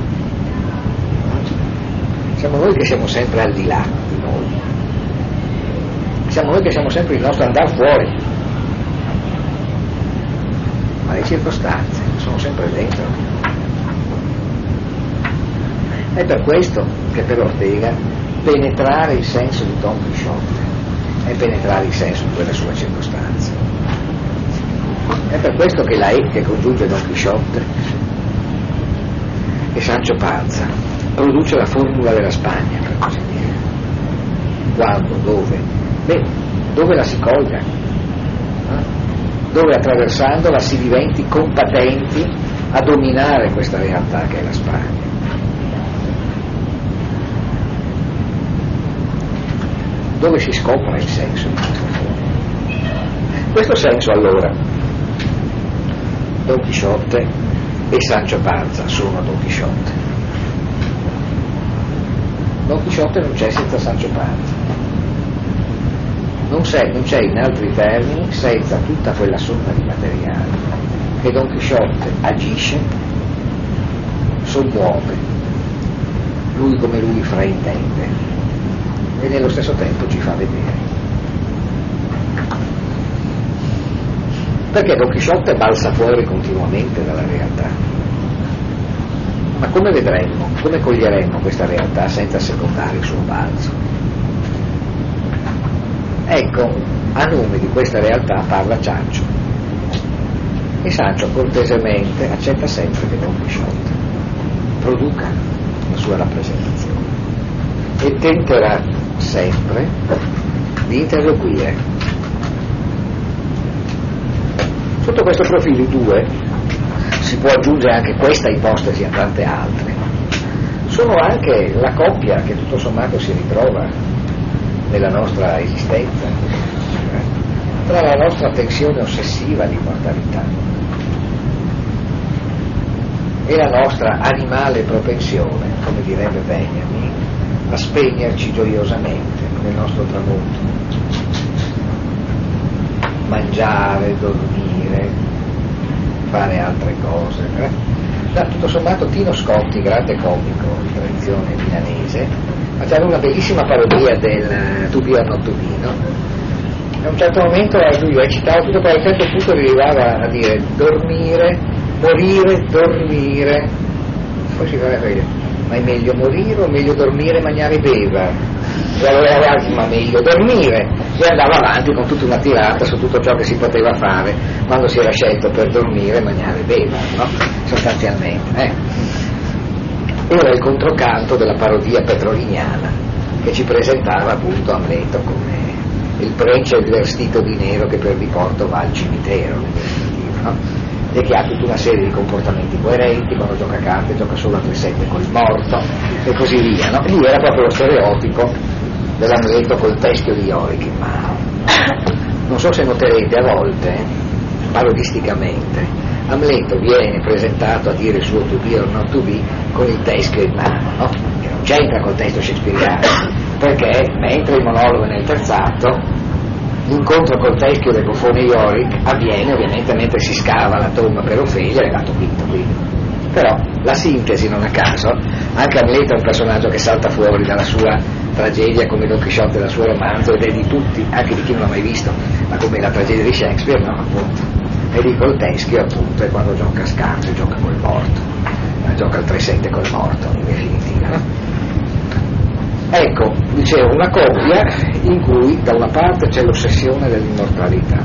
siamo noi che siamo sempre al di là di noi, siamo noi che siamo sempre il nostro andare fuori, ma le circostanze sono sempre dentro. È per questo che per Ortega penetrare il senso di Don Chisciotte è penetrare il senso di quella sua circostanza. È per questo che la E che congiunge Don Chisciotte e Sancho Panza produce la formula della Spagna, per così dire. Quando, dove? Beh, dove la si colga, eh? Dove attraversandola si diventi compatenti a dominare questa realtà che è la Spagna. Dove si scopre il senso di questa forma. Questo senso allora Don Chisciotte e Sancho Panza sono Don Chisciotte. Don Chisciotte non c'è senza Sancho Panza, non c'è, non c'è in altri termini senza tutta quella somma di materiale che Don Chisciotte agisce, sommuove, lui come lui fraintende e nello stesso tempo ci fa vedere. Perché Don Chisciotte balza fuori continuamente dalla realtà. Ma come vedremo, come coglieremo questa realtà senza assecondare il suo balzo? Ecco, a nome di questa realtà parla Sancho, e Sancho cortesemente accetta sempre che Don Chisciotte produca la sua rappresentazione e tenterà sempre di interloquire. Sotto questo profilo due si può aggiungere anche questa ipostasi a tante altre. Sono anche la coppia che tutto sommato si ritrova nella nostra esistenza, tra la nostra tensione ossessiva all'immortalità e la nostra animale propensione, come direbbe Benjamin, a spegnerci gioiosamente nel nostro tramonto, mangiare, dormire, fare altre cose. Da, tutto sommato Tino Scotti, grande comico di tradizione milanese, faceva una bellissima parodia del To Be or Not To Be, no? A un certo momento lui recitava tutto, poi a un certo punto arrivava a dire dormire, morire, dormire, poi si faceva dire ma è meglio morire o meglio dormire, mangiare e beva? E allora era avanti, ma meglio dormire, e andava avanti con tutta una tirata su tutto ciò che si poteva fare quando si era scelto per dormire, mangiare e beva, no? Sostanzialmente, eh? Era il controcanto della parodia petroliniana che ci presentava appunto Amleto come il prece vestito di nero che per diporto va al cimitero, no? E che ha tutta una serie di comportamenti coerenti, quando gioca a carte gioca solo a tre sette col morto e così via, no? Lì era proprio lo stereotipo dell'Amleto col teschio di Yorick in mano. Non so se noterete a volte, parodisticamente, Amleto viene presentato a dire il suo to be or not to be con il teschio in mano, no? Che non c'entra col testo shakespeariano, perché mentre il monologo è nel terzato, l'incontro col teschio del buffone Yorick avviene ovviamente mentre si scava la tomba per Ofelia e l'atto quinto, quindi. Però la sintesi, non a caso, anche Amleto è un personaggio che salta fuori dalla sua tragedia come Don Chisciotte dal suo romanzo, ed è di tutti, anche di chi non l'ha mai visto, ma come la tragedia di Shakespeare, no, appunto. E lì col teschio, appunto, è quando gioca scarso, gioca col morto, gioca il tre sette col morto, in definitiva, no? Ecco, dicevo, una coppia in cui da una parte c'è l'ossessione dell'immortalità,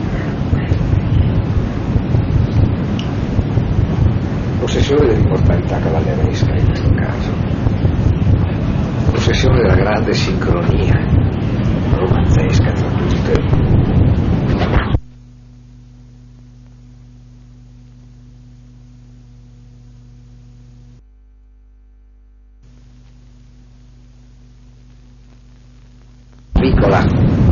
l'ossessione dell'immortalità cavalleresca in questo caso, l'ossessione della grande sincronia romanzesca tra tutte. Piccola,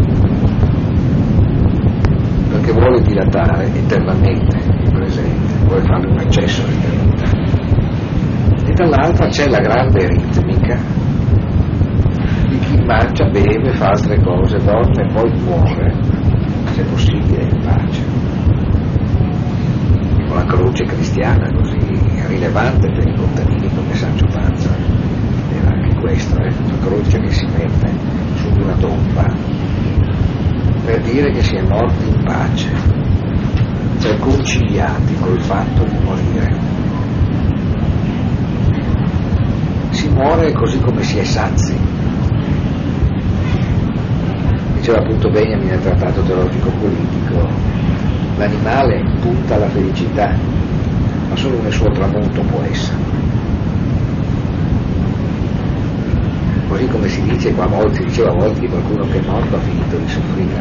perché vuole dilatare eternamente il presente, vuole fare un accesso all'eternità, e dall'altra c'è la grande ritmica di chi mangia, beve, fa altre cose, dorme e poi muore, se possibile in pace, con la croce cristiana così rilevante per i contadini come Sancho Panza. Era anche questo, eh? La croce che si mette su di una tomba per dire che si è morti in pace, cioè conciliati col fatto di morire. Si muore così come si è sazi. Diceva appunto Benjamin nel trattato teologico politico, l'animale punta alla felicità, ma solo nel suo tramonto può essere. Così come si dice a volte, si diceva a volte di qualcuno che è morto ha finito di soffrire.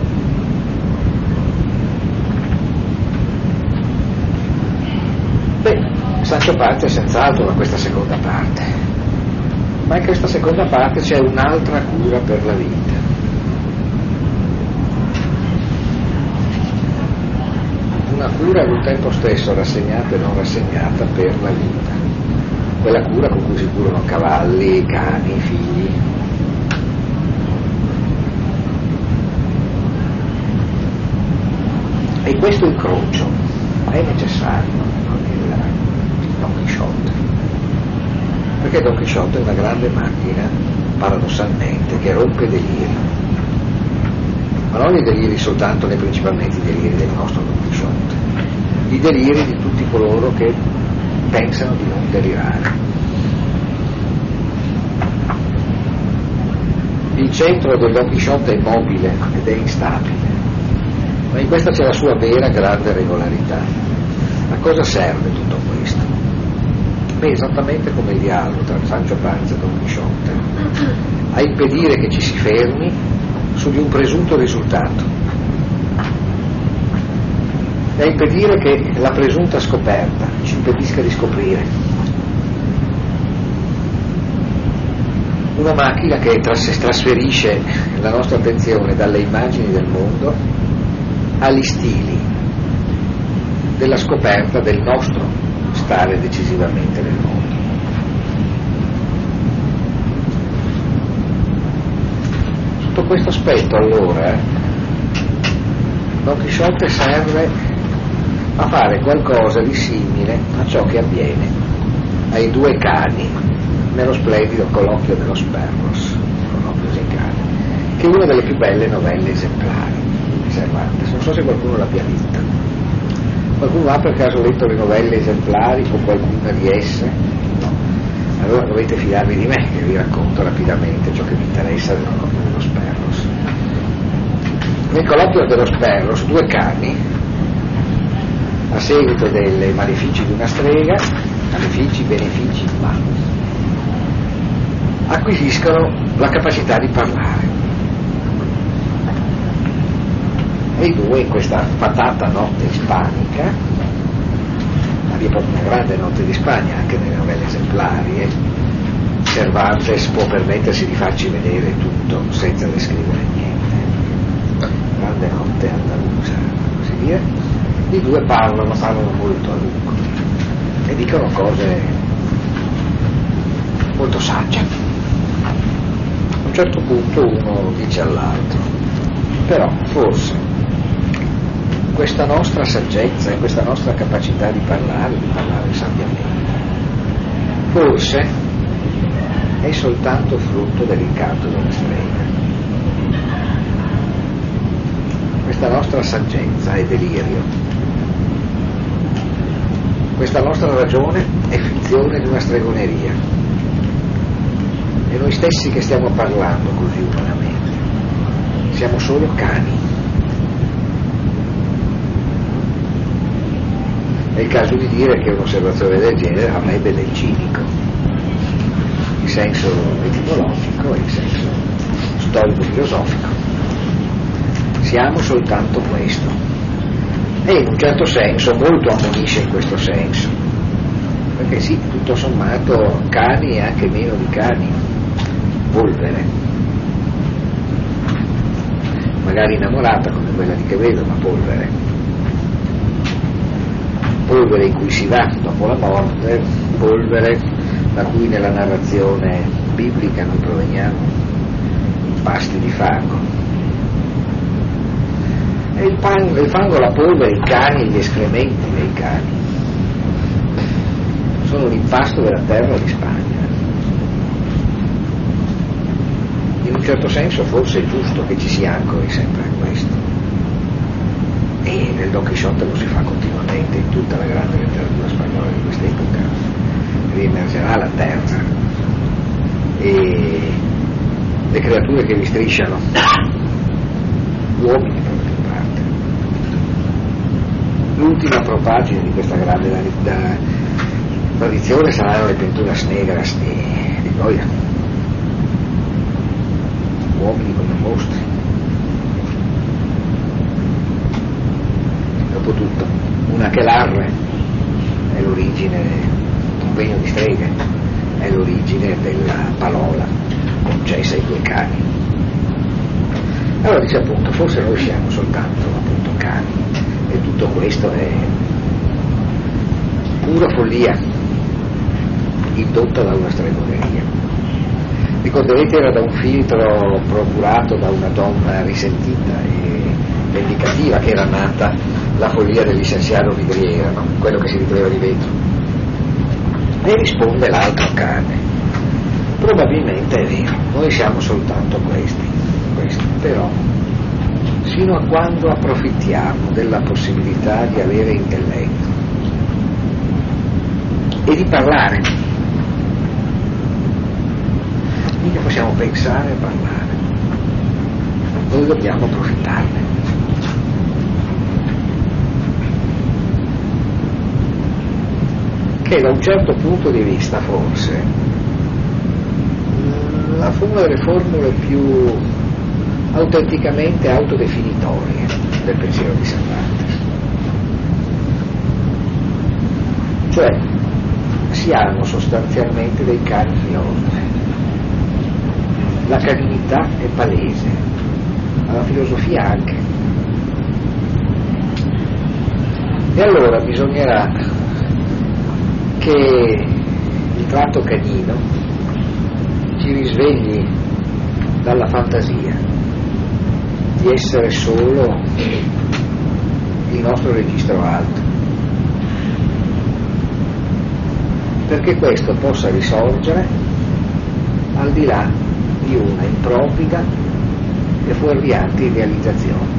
Beh, Sancho parte senz'altro da questa seconda parte, ma in questa seconda parte c'è un'altra cura per la vita. Una cura ad un tempo stesso rassegnata e non rassegnata per la vita. Quella cura con cui si curano cavalli, cani, figli. E questo incrocio è necessario nel Don Chisciotte, perché Don Chisciotte è una grande macchina, paradossalmente, che rompe deliri, ma non i deliri soltanto né principalmente i deliri del nostro Don Chisciotte, i deliri di tutti coloro che pensano di non delirare. Il centro del Don Chisciotte è mobile ed è instabile, ma in questa c'è la sua vera grande regolarità. A cosa serve tutto questo? Beh, esattamente come il dialogo tra Sancho Panza e Don Chisciotte, a impedire che ci si fermi su di un presunto risultato, e a impedire che la presunta scoperta ci impedisca di scoprire. Una macchina che tras- trasferisce la nostra attenzione dalle immagini del mondo agli stili della scoperta del nostro stare decisivamente nel mondo. Sotto questo aspetto, allora, Don Chisciotte serve a fare qualcosa di simile a ciò che avviene ai due cani nello splendido Colloquio dello Sperros, Colloquio dei cani, che è una delle più belle novelle esemplari di Cervantes. Non so se qualcuno l'abbia letta. Qualcuno ha per caso letto le novelle esemplari o qualcuna di esse? No. Allora dovete fidarvi di me, che vi racconto rapidamente ciò che mi interessa del Colloquio dello Sperros. Nel Colloquio dello Sperros due cani, a seguito delle malefici di una strega, malefici, benefici, ma acquisiscono la capacità di parlare. E i due, in questa fatata notte ispanica, vi è proprio una grande notte di Spagna anche nelle novelle esemplari, eh? Cervantes può permettersi di farci vedere tutto senza descrivere niente. Grande notte andalusa, così via. i due parlano, parlano molto a lungo e dicono cose molto sagge. A un certo punto uno dice all'altro: però forse questa nostra saggezza e questa nostra capacità di parlare, di parlare sabiamente, forse è soltanto frutto dell'incanto della strega. Questa nostra saggezza è delirio, questa nostra ragione è finzione di una stregoneria, e noi stessi che stiamo parlando così umanamente siamo solo cani. È il caso di dire che un'osservazione del genere avrebbe del cinico, in senso etimologico e in senso storico-filosofico. Siamo soltanto questo, e in un certo senso molto ammonisce in questo senso, perché sì, tutto sommato cani e anche meno di cani, polvere, magari innamorata come quella di Quevedo, ma polvere, polvere in cui si va dopo la morte, polvere da cui nella narrazione biblica noi proveniamo impasti di fango. E il, pan, il fango, la polvere, i cani, gli escrementi dei cani sono l'impasto della terra di Spagna. In un certo senso forse è giusto che ci si ancori sempre a questo, e nel Don Chisciotte lo si fa continuamente, in tutta la grande letteratura spagnola di quest'epoca riemergerà la terra e le creature che vi strisciano, uomini per la parte. L'ultima propagine di questa grande da, da, tradizione saranno le pinturas negras di, di Goya, uomini come mostri. Dopotutto un aquelarre è l'origine, un pegno di streghe è l'origine della parola concessa ai due cani. Allora dice appunto, forse noi siamo soltanto appunto cani, e tutto questo è pura follia indotta da una stregoneria. Ricorderete, era da un filtro procurato da una donna risentita e vendicativa che era nata la follia del licenziato vidriera, no? Quello che si riteneva di vetro. E risponde l'altro cane: probabilmente è vero, noi siamo soltanto questi, questi, però sino a quando approfittiamo della possibilità di avere intelletto e di parlare, mica possiamo pensare e parlare, noi dobbiamo approfittarne. Che da un certo punto di vista forse la una delle formule più autenticamente autodefinitorie del pensiero di Cervantes, cioè siamo sostanzialmente dei cani filosofi. La caninità è palese, ma la filosofia anche, e allora bisognerà che il tratto canino ci risvegli dalla fantasia di essere solo il nostro registro alto, perché questo possa risorgere al di là di una improvvida e fuorviante realizzazione.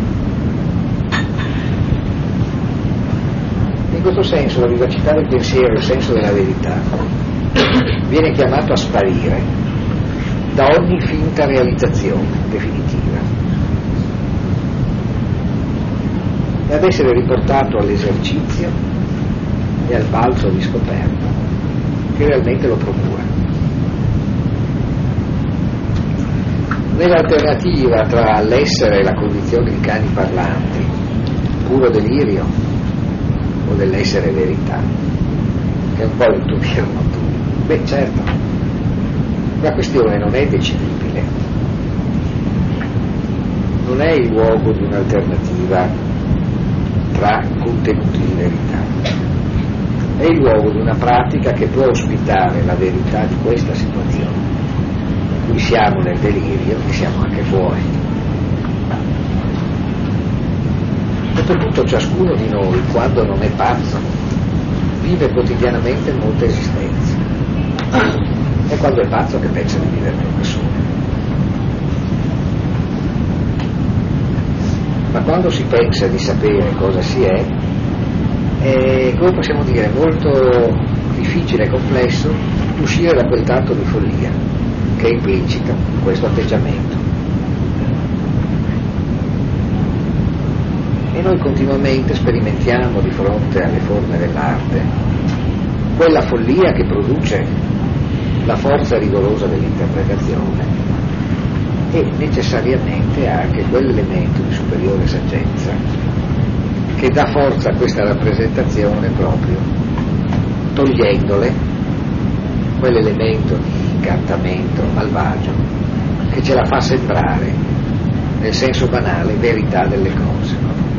In questo senso la vivacità del pensiero, il senso della verità, viene chiamato a sparire da ogni finta realizzazione definitiva e ad essere riportato all'esercizio e al balzo di scoperta che realmente lo procura. Nell'alternativa tra l'essere e la condizione di cani parlanti, puro delirio, o dell'essere verità, che è un po' il tuo pirno tu, beh certo, la questione non è decidibile, non è il luogo di un'alternativa tra contenuti di verità. È il luogo di una pratica che può ospitare la verità di questa situazione, in cui siamo nel delirio e siamo anche fuori. Oltretutto ciascuno di noi, quando non è pazzo, vive quotidianamente molte esistenze. E quando è pazzo che pensa di viverne una sola. Ma quando si pensa di sapere cosa si è, è, come possiamo dire, molto difficile e complesso uscire da quel tanto di follia che è implicita in questo atteggiamento. E noi continuamente sperimentiamo di fronte alle forme dell'arte quella follia che produce la forza rigorosa dell'interpretazione e necessariamente anche quell'elemento di superiore saggezza che dà forza a questa rappresentazione proprio togliendole quell'elemento di incantamento malvagio che ce la fa sembrare nel senso banale verità delle cose.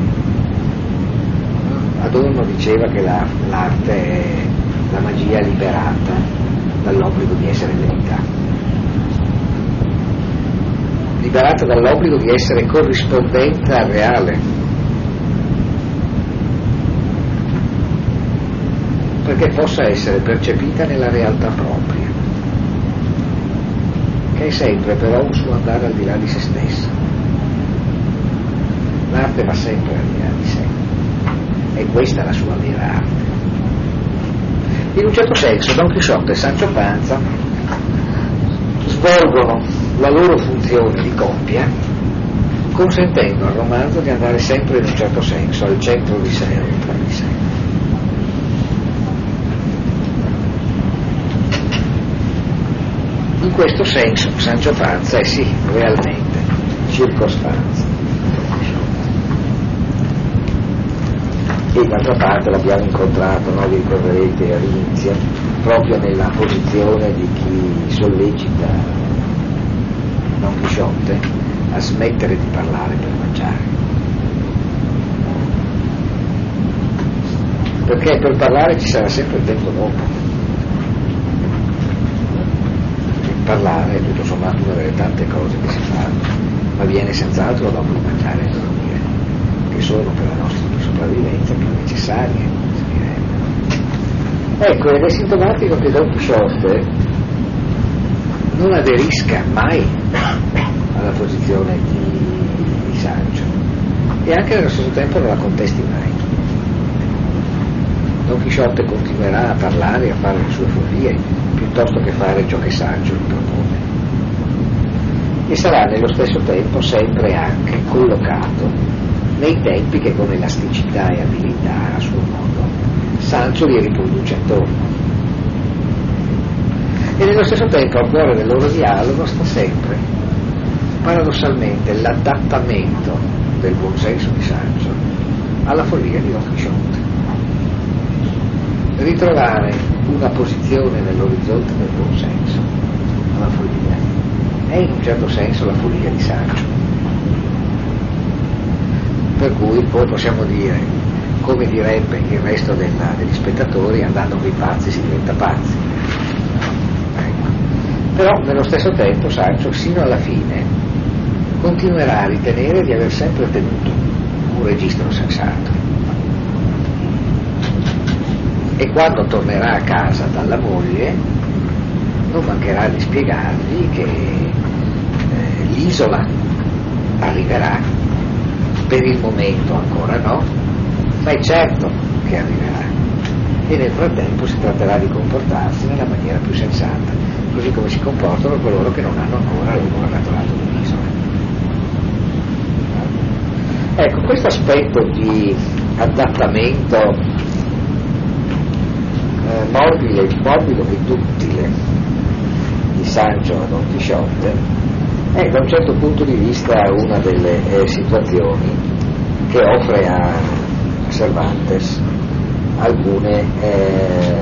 Adorno diceva che la, l'arte è la magia liberata dall'obbligo di essere verità, liberata dall'obbligo di essere corrispondente al reale, perché possa essere percepita nella realtà propria, che è sempre però un suo andare al di là di se stessa. L'arte va sempre al di là di sé, e questa è la sua vera arte. In un certo senso Don Chisciotte e Sancho Panza svolgono la loro funzione di coppia, consentendo al romanzo di andare sempre in un certo senso al centro di sé, oltre di sé. In questo senso Sancho Panza è sì, realmente, circostanza. E d'altra parte l'abbiamo incontrato, no? Vi ricorderete all'inizio, proprio nella posizione di chi sollecita Don Chisciotte a smettere di parlare per mangiare, perché per parlare ci sarà sempre il tempo dopo. Il parlare è tutto sommato una delle tante cose che si fanno, ma viene senz'altro dopo il mangiare e dormire, che sono per la nostra sopravvivenza più necessarie. Ecco, ed è sintomatico che Don Chisciotte non aderisca mai alla posizione di, di Sancho e anche nello stesso tempo non la contesti mai. Don Chisciotte continuerà a parlare e a fare le sue follie piuttosto che fare ciò che Sancho gli propone, e sarà nello stesso tempo sempre anche collocato nei tempi che con elasticità e abilità a suo modo Sancho li riproduce attorno. E nello stesso tempo al cuore del loro dialogo sta sempre paradossalmente l'adattamento del buonsenso di Sancho alla follia di Don Chisciotte, ritrovare una posizione nell'orizzonte del buonsenso alla follia è in un certo senso la follia di Sancho, per cui poi possiamo dire, come direbbe il resto della, degli spettatori, andando con i pazzi si diventa pazzi. Ecco. Però nello stesso tempo Sancho sino alla fine continuerà a ritenere di aver sempre tenuto un registro sensato, e quando tornerà a casa dalla moglie non mancherà di spiegargli che eh, l'isola arriverà, per il momento ancora no, ma è certo che arriverà, e nel frattempo si tratterà di comportarsi nella maniera più sensata, così come si comportano coloro che non hanno ancora governato dell'isola. Ecco, questo aspetto di adattamento eh, mobile, morbido e duttile di Sancho a Don Chisciotte è da un certo punto di vista una delle eh, situazioni che offre a Cervantes alcune eh,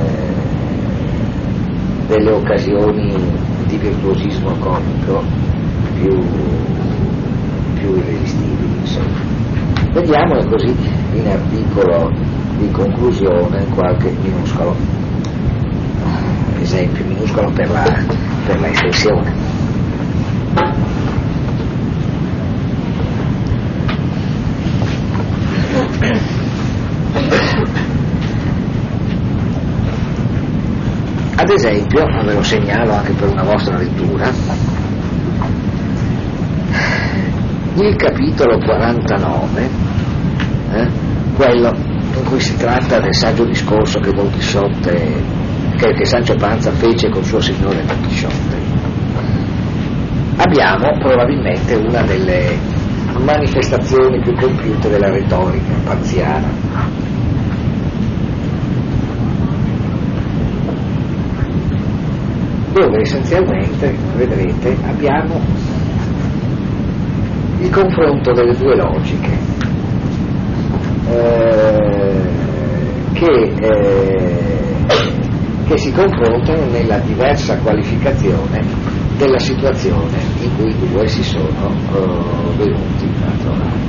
delle occasioni di virtuosismo comico più, più irresistibili, insomma. Vediamo così in articolo di conclusione qualche minuscolo esempio, minuscolo per la, per la estensione. Ad esempio, ve lo segnalo anche per una vostra lettura, il capitolo quarantanove, eh, quello in cui si tratta del saggio discorso che Don Chisciotte, che, che Sancho Panza fece col suo signore Don Chisciotte. Abbiamo probabilmente una delle manifestazioni più compiute della retorica panziana. Dove essenzialmente, vedrete, abbiamo il confronto delle due logiche eh, che, eh, che si confrontano nella diversa qualificazione della situazione in cui i due si sono eh, venuti a trovare.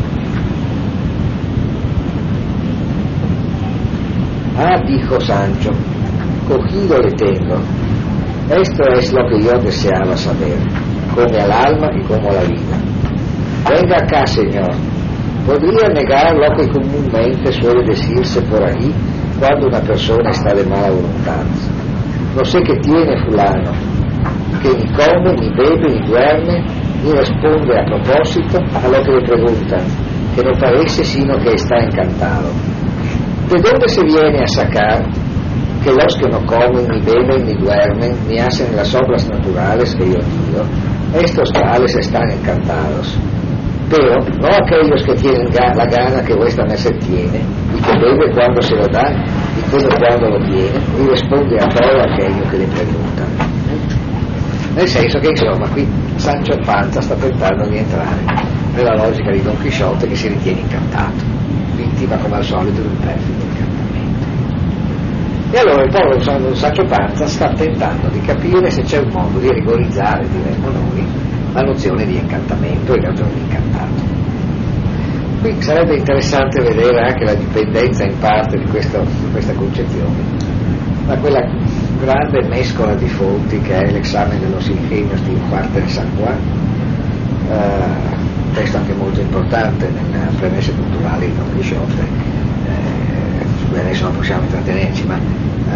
Ah, dijo Sancho, cogido le tengo. Esto es lo que yo deseaba saber, come al alma y como a la vida. Venga acá, señor. ¿Podría negar lo que comúnmente suele decirse por ahí cuando una persona está de mala voluntad? No sé qué tiene fulano, que ni come, ni bebe, ni duerme, ni responde a propósito a lo que le preguntan, que no parece sino que está encantado. ¿De dónde se viene a sacar que los que no comen, ni beben, ni duermen, ni hacen las obras naturales que yo digo, estos tales están encantados? Pero no aquellos que tienen la gana que vuestra merced tiene, y que bebe cuando se lo da, y come cuando lo tiene, y risponde a todo aquello che le preguntan. Nel senso che, insomma, qui Sancho Panza sta tentando di entrare nella logica di Don Chisciotte, che si ritiene incantato, vittima come al solito di un perfido incantamento. E allora il povero Sancho Panza sta tentando di capire se c'è un modo di rigorizzare, diremmo noi, la nozione di incantamento e la nozione di incantato. Qui sarebbe interessante vedere anche la dipendenza in parte di, questo, di questa concezione da quella grande mescola di fonti che è l'esame dello Ingenios di Parte de San Juan, eh, testo anche molto importante nelle premesse culturali di Don Chisciotte, eh, su cui adesso non possiamo intrattenerci, ma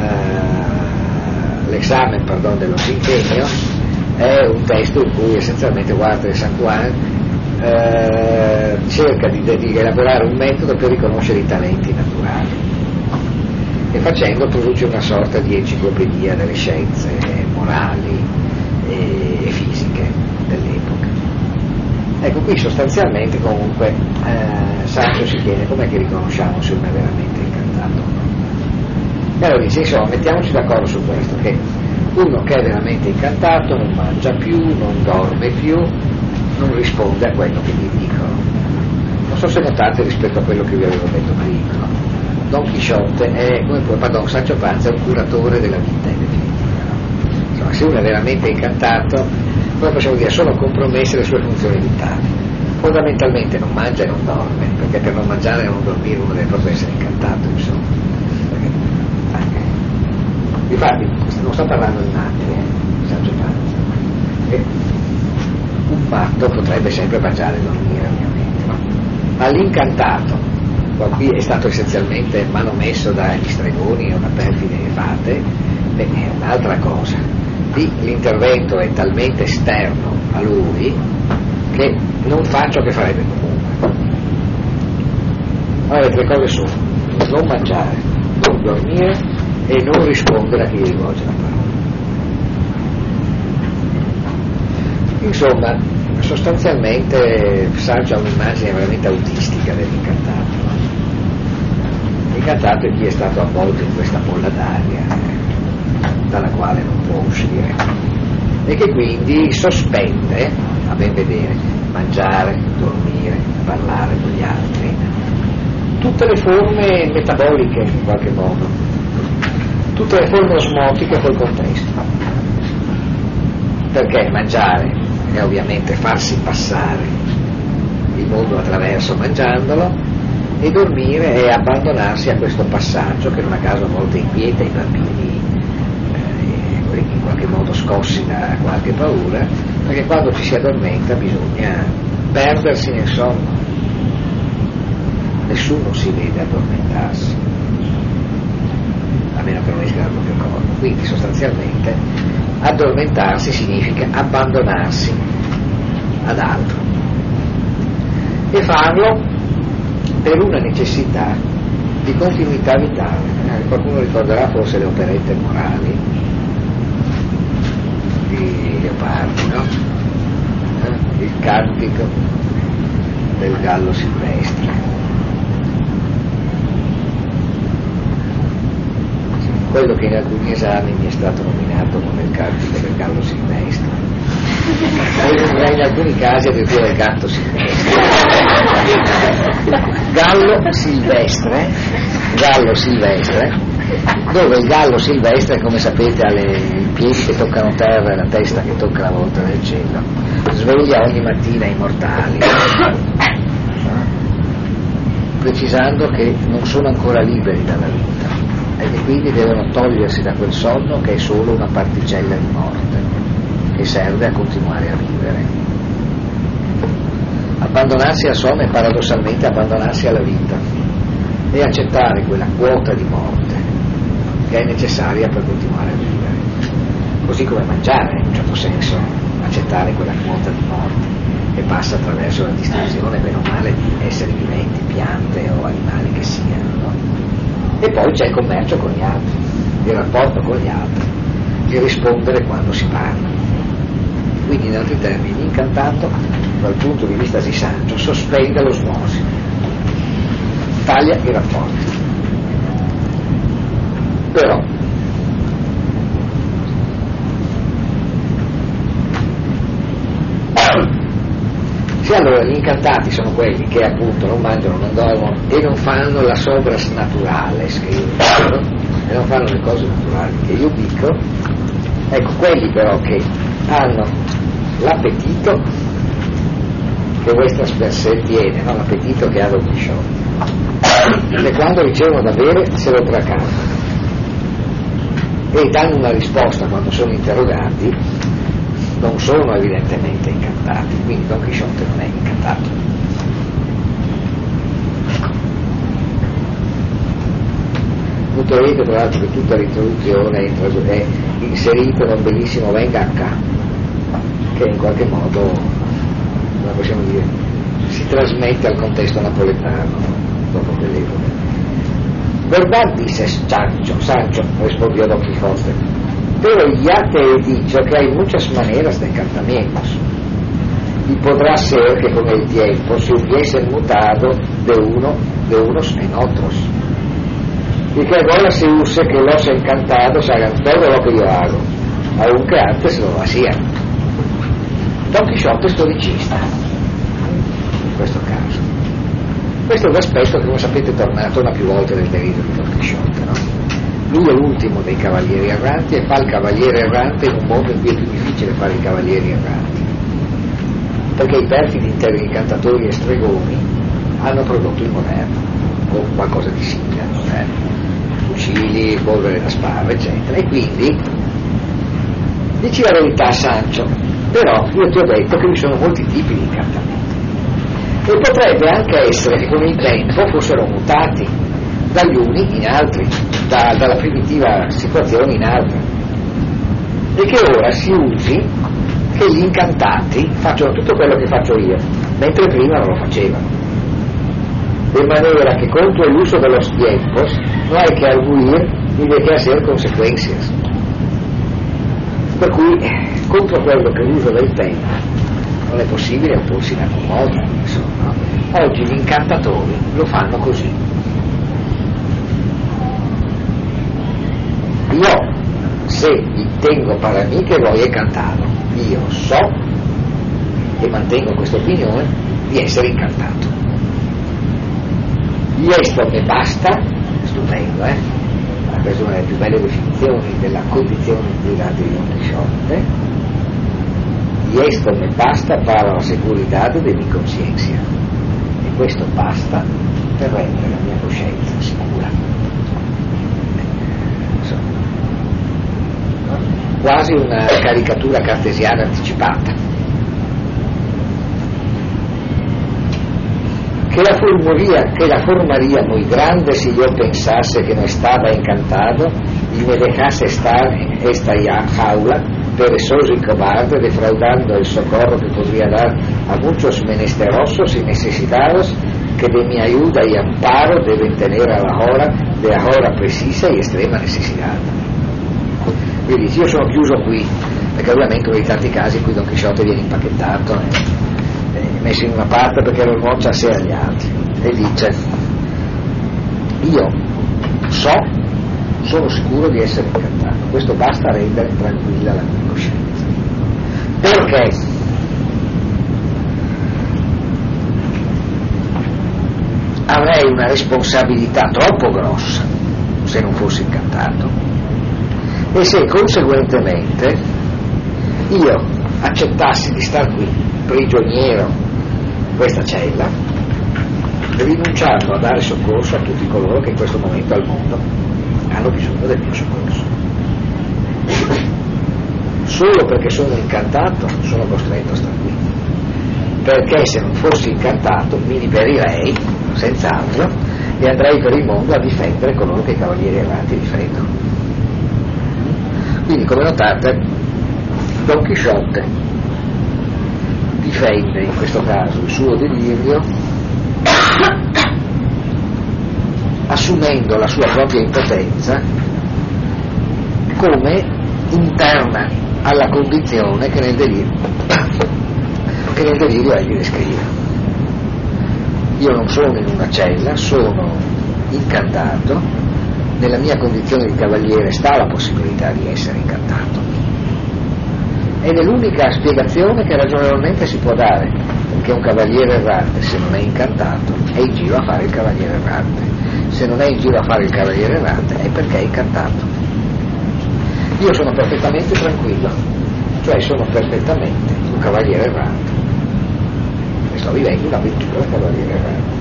eh, l'esame pardon, dello Ingenios è un testo in cui essenzialmente Parte de San Juan eh, cerca di, di elaborare un metodo per riconoscere i talenti naturali e facendo produce una sorta di enciclopedia delle scienze morali e, e fisiche dell'epoca. Ecco, qui sostanzialmente comunque eh, Sancho si chiede com'è che riconosciamo se uno è veramente incantato o no. E allora dice, insomma, mettiamoci d'accordo su questo, che uno che è veramente incantato non mangia più, non dorme più, non risponde a quello che gli dicono. Non so se notate rispetto a quello che vi avevo detto prima, no? Don Chisciotte è, come poi pardon, Sancho Panza è un curatore della vita in definitiva. Insomma, se uno è veramente incantato, come possiamo dire, sono compromesse le sue funzioni vitali. Fondamentalmente non mangia e non dorme, perché per non mangiare e non dormire uno deve proprio essere incantato, insomma. Perché, anche, infatti, non sto parlando di matti, eh, Sancho Panza. E un matto potrebbe sempre mangiare e dormire, ovviamente, no? Ma l'incantato, qui è stato essenzialmente manomesso dagli stregoni o da perfide fate, beh, è un'altra cosa. Lì l'intervento è talmente esterno a lui che non fa ciò che farebbe comunque. Allora le tre cose sono non mangiare, non dormire e non rispondere a chi gli rivolge la parola. Insomma, sostanzialmente Sancho ha un'immagine veramente autistica dell'incantato. L'incantato è chi è stato avvolto in questa bolla d'aria dalla quale non può uscire e che quindi sospende, a ben vedere, mangiare, dormire, parlare con gli altri, tutte le forme metaboliche in qualche modo, tutte le forme osmotiche col contesto, perché mangiare è ovviamente farsi passare il mondo mondo attraverso mangiandolo, e dormire è abbandonarsi a questo passaggio che non a caso a volte inquieta i bambini, eh, in qualche modo scossi da qualche paura, perché quando ci si addormenta bisogna perdersi nel sonno. Nessuno si vede addormentarsi, a meno che non esca dal proprio corpo. Quindi sostanzialmente addormentarsi significa abbandonarsi ad altro, e farlo per una necessità di continuità vitale. Eh, qualcuno ricorderà forse le operette morali di Leopardi, no? Eh, il cantico del gallo silvestre, quello che in alcuni esami mi è stato nominato come il cantico del gallo silvestre, e in alcuni casi addirittura il gatto silvestre. Gallo silvestre, gallo silvestre, dove il gallo silvestre, come sapete, ha le, i piedi che toccano terra e la testa che tocca la volta del cielo, sveglia ogni mattina i mortali, precisando che non sono ancora liberi dalla vita e che quindi devono togliersi da quel sonno che è solo una particella di morte che serve a continuare a vivere. Abbandonarsi al sonno è paradossalmente abbandonarsi alla vita e accettare quella quota di morte che è necessaria per continuare a vivere, così come mangiare, in un certo senso, accettare quella quota di morte che passa attraverso la distruzione, bene o male, di esseri viventi, piante o animali che siano, no? E poi c'è il commercio con gli altri, il rapporto con gli altri, il rispondere quando si parla. Quindi, in altri termini, l'incantato, dal punto di vista di Sancho, sospende l'osmosi, taglia i rapporti. Però se allora gli incantati sono quelli che appunto non mangiano, non dormono e non fanno la sobras naturales che io dico, e non fanno le cose naturali che io dico, ecco, quelli però che hanno l'appetito che Vuestras per sé tiene, no? L'appetito che ha Don Chisciotte, e quando ricevono da bere se lo tracano e danno una risposta quando sono interrogati, non sono evidentemente incantati, quindi Don Chisciotte non è incantato. Noterete tra l'altro che tutta l'introduzione è inserita da un bellissimo venga a ca, che in qualche modo, come possiamo dire, si trasmette al contesto napoletano dopo quell'epoca. Verdad dices, Sancho, Sancho, respondió Don Quijote, pero ya te he dicho que hay muchas maneras de encantamientos, y podrá ser que con el tiempo se hubiesen mutado de uno de unos en otros, y que ahora se use que los encantados hagan todo lo que yo hago, aunque antes lo hacían. Don Chisciotte è storicista in questo caso. Questo è un aspetto che, come sapete, torna, torna più volte nel delirio di Don Chisciotte, no? Lui è l'ultimo dei cavalieri erranti e fa il cavaliere errante in un mondo in cui è più difficile fare i cavalieri erranti, perché i perfidi interi incantatori e stregoni hanno prodotto il moderno o qualcosa di simile al moderno, fucili, polvere da spada, eccetera. E quindi dici la verità, Sancho, però io ti ho detto che vi sono molti tipi di incantamenti e potrebbe anche essere che con il tempo fossero mutati dagli uni in altri, da, dalla primitiva situazione in altra, e che ora si usi che gli incantati facciano tutto quello che faccio io, mentre prima non lo facevano, de manera que contro el uso de los tiempos no hay que arguir ni de qué hacer consecuencias. Per cui contro quello che è l'uso del tempo non è possibile opporsi in alcun modo, insomma. Oggi gli incantatori lo fanno così. Io, se tengo para mí che voy encantado, io so e mantengo questa opinione di essere incantato. Y esto me basta, stupendo, eh? Questa è una delle più belle definizioni della condizione di Don Chisciotte. Y esto me basta para la seguridad de mi conciencia. questo basta per rendere la mia coscienza sicura. Insomma, quasi una caricatura cartesiana anticipata. Que la, formaría, que la formaría muy grande si yo pensase que no estaba encantado y me dejase estar en esta jaula perezoso y cobarde, defraudando el socorro que podría dar a muchos menesterosos y necesitados que de mi ayuda y amparo deben tener a la hora de ahora precisa y estrema necessità. Quindi io sono chiuso qui, perché ovviamente in tanti casi qui Don Chisciotte viene impacchettato e, e messo in una parte perché lo nuocia a sé e agli altri, e dice: io so, sono sicuro di essere incantato, questo basta a rendere tranquilla la mia coscienza. Perché? Avrei una responsabilità troppo grossa se non fossi incantato, e se conseguentemente io accettassi di star qui prigioniero in questa cella, rinunciando a dare soccorso a tutti coloro che in questo momento al mondo hanno bisogno del mio soccorso. Solo perché sono incantato sono costretto a star qui, perché se non fossi incantato mi libererei senz'altro e andrei per il mondo a difendere coloro che i cavalieri erranti difendono. Quindi, come notate, Don Chisciotte difende in questo caso il suo delirio assumendo la sua propria impotenza come interna alla condizione che nel delirio che nel delirio egli descrive. Io non sono in una cella, sono incantato, nella mia condizione di cavaliere sta la possibilità di essere incantato, ed è l'unica spiegazione che ragionevolmente si può dare, perché un cavaliere errante, se non è incantato, è in giro a fare il cavaliere errante. Se non è in giro a fare il cavaliere errante è perché è incantato. Io sono perfettamente tranquillo, cioè sono perfettamente un cavaliere errante e sto vivendo un'avventura da cavaliere errante.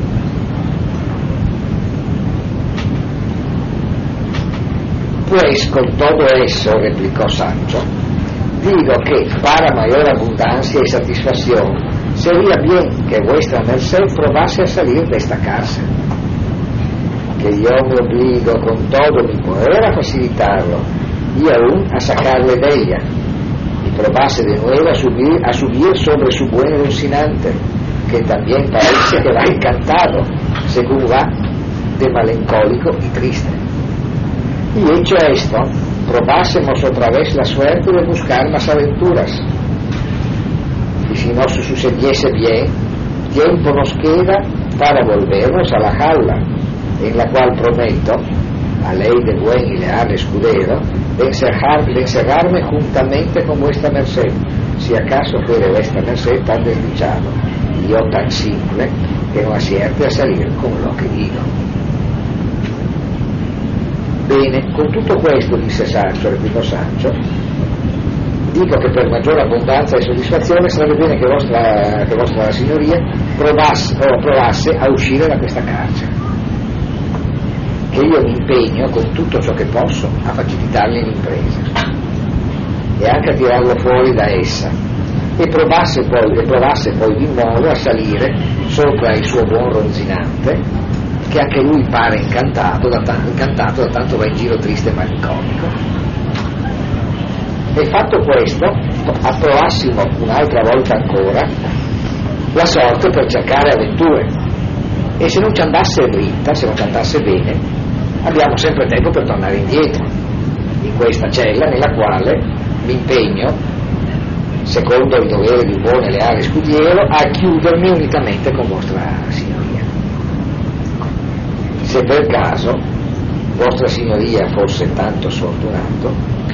Pues con todo eso, replicó Sancho, digo que para mayor abundancia y satisfacción sería bien que vuestra merced probase a salir de esta cárcel, que yo me obligo con todo mi poder a facilitarlo y aún a sacarle de ella, y probase de nuevo a subir, a subir sobre su buen Rocinante, que también parece que va encantado, según va de melancólico y triste. Y hecho esto, probásemos otra vez la suerte de buscar más aventuras. Y si no se sucediese bien, tiempo nos queda para volvernos a la jaula, en la cual prometo, a ley de buen y leal escudero, de, encerrar, de encerrarme juntamente con vuestra merced, si acaso fuere vuestra merced tan desdichado, y yo tan simple, que no acierte a salir con lo che dico. Bene, con tutto questo, disse Sancho, replicò Sancho, dico che per maggiore abbondanza e soddisfazione sarebbe bene che vostra, che vostra signoria provasse, o provasse a uscire da questa carcere, che io mi impegno con tutto ciò che posso a facilitargli l'impresa e anche a tirarlo fuori da essa, e provasse poi, e provasse poi di nuovo a salire sopra il suo buon Rocinante, che anche lui pare incantato da, t- incantato da tanto va in giro triste e malinconico. E fatto questo, approvassimo un'altra volta ancora la sorte per cercare avventure, e se non ci andasse dritta, se non ci andasse bene, abbiamo sempre tempo per tornare indietro in questa cella nella quale mi impegno, secondo il dovere di un buon e leale scudiero, a chiudermi unicamente con vostra signoria. Se per caso vostra signoria fosse tanto sfortunato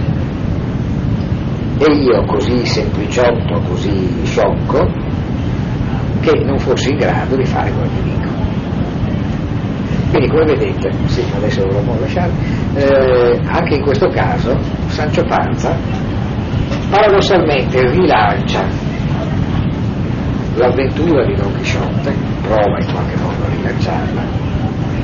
e io così sempliciotto, così sciocco, che non fossi in grado di fare quello che dico. Quindi, come vedete, sì, adesso dovremmo lasciare, eh, anche in questo caso Sancho Panza paradossalmente rilancia l'avventura di Don Chisciotte, prova in qualche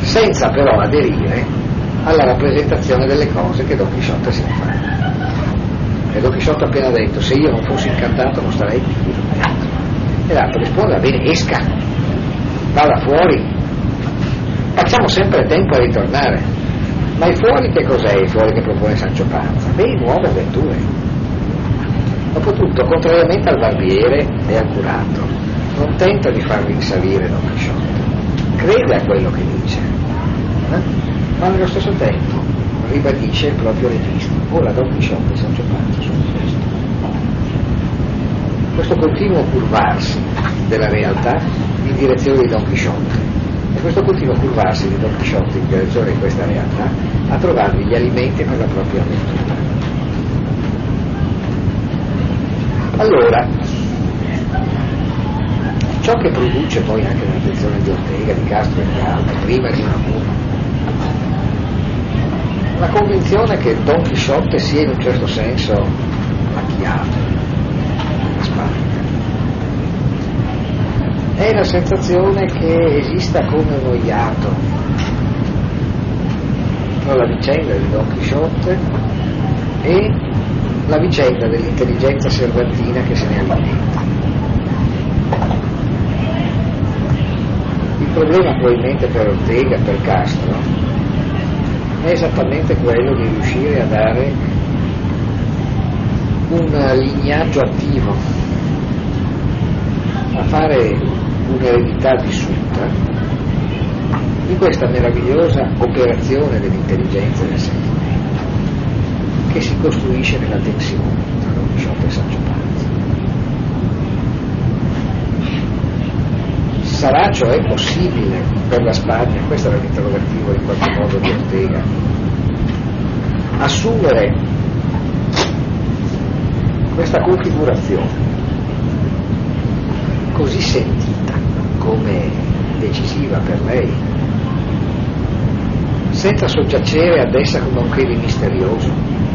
senza però aderire alla rappresentazione delle cose che Don Chisciotte si fa. E Don Chisciotte ha appena detto: se io non fossi incantato non starei qui dentro. E l'altro risponde: va bene, esca, vada fuori, facciamo sempre tempo a ritornare. Ma il fuori che cos'è il fuori che propone Sancho Panza? Beh, nuove avventure. Dopotutto, contrariamente al barbiere e al curato, non tenta di far risalire Don Chisciotte, crede a quello che dice, eh? ma nello stesso tempo ribadisce il proprio registro. Ora Don Chisciotte e Sancho Panza sono questo. Questo continuo curvarsi della realtà in direzione di Don Chisciotte, e questo continuo curvarsi di Don Chisciotte in direzione di questa realtà a trovarvi gli alimenti per la propria avventura. Allora, ciò che produce poi anche nell'attenzione di Ortega, di Castro e di altri, prima di Unamuno, la convinzione che Don Chisciotte sia in un certo senso macchiato nella Spagna, è la sensazione che esista come uno iato tra la vicenda di Don Chisciotte e la vicenda dell'intelligenza cervantina che se ne alimenta. Il problema probabilmente per Ortega e per Castro è esattamente quello di riuscire a dare un lignaggio attivo, a fare un'eredità vissuta di questa meravigliosa operazione dell'intelligenza e del sentimento che si costruisce nella tensione tra Don Chisciotte e Sancho Panza. Sarà cioè possibile per la Spagna, questo era l'interrogativo in qualche modo di Ortega, assumere questa configurazione così sentita come decisiva per lei, senza soggiacere ad essa come un che di misterioso,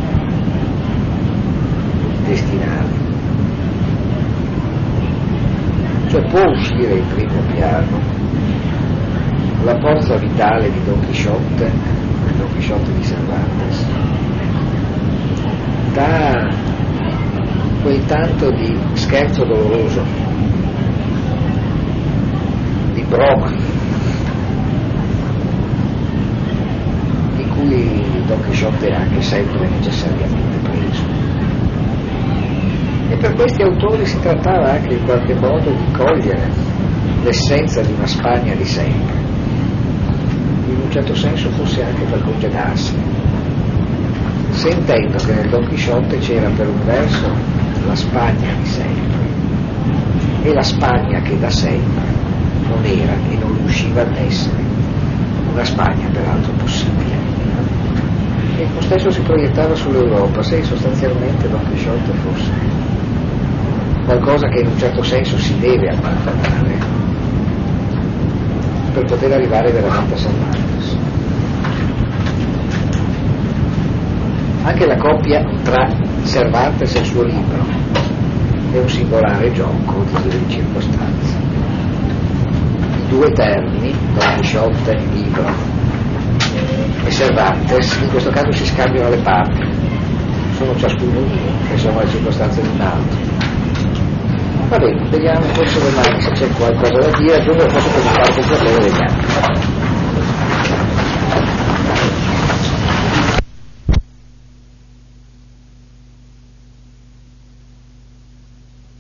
destinale. Cioè può uscire in primo piano la forza vitale di Don Chisciotte, Don Chisciotte di Cervantes, da quel tanto di scherzo doloroso, di broma, di cui Don Chisciotte è anche sempre necessariamente preso. E per questi autori si trattava anche in qualche modo di cogliere l'essenza di una Spagna di sempre, in un certo senso forse anche per congedarsi, sentendo che nel Don Chisciotte c'era per un verso la Spagna di sempre e la Spagna che da sempre non era e non riusciva ad essere una Spagna peraltro possibile. E lo stesso si proiettava sull'Europa, se sostanzialmente Don Chisciotte fosse qualcosa che in un certo senso si deve abbandonare per poter arrivare veramente a Cervantes. Anche la coppia tra Cervantes e il suo libro è un singolare gioco di circostanze. I due termini, Don Chisciotte libro e Cervantes, in questo caso si scambiano le parti, sono ciascuno uno e sono le circostanze di un altro. Va bene, vediamo forse domani se c'è qualcosa da dire, aggiungo forse per fare un problema degli altri.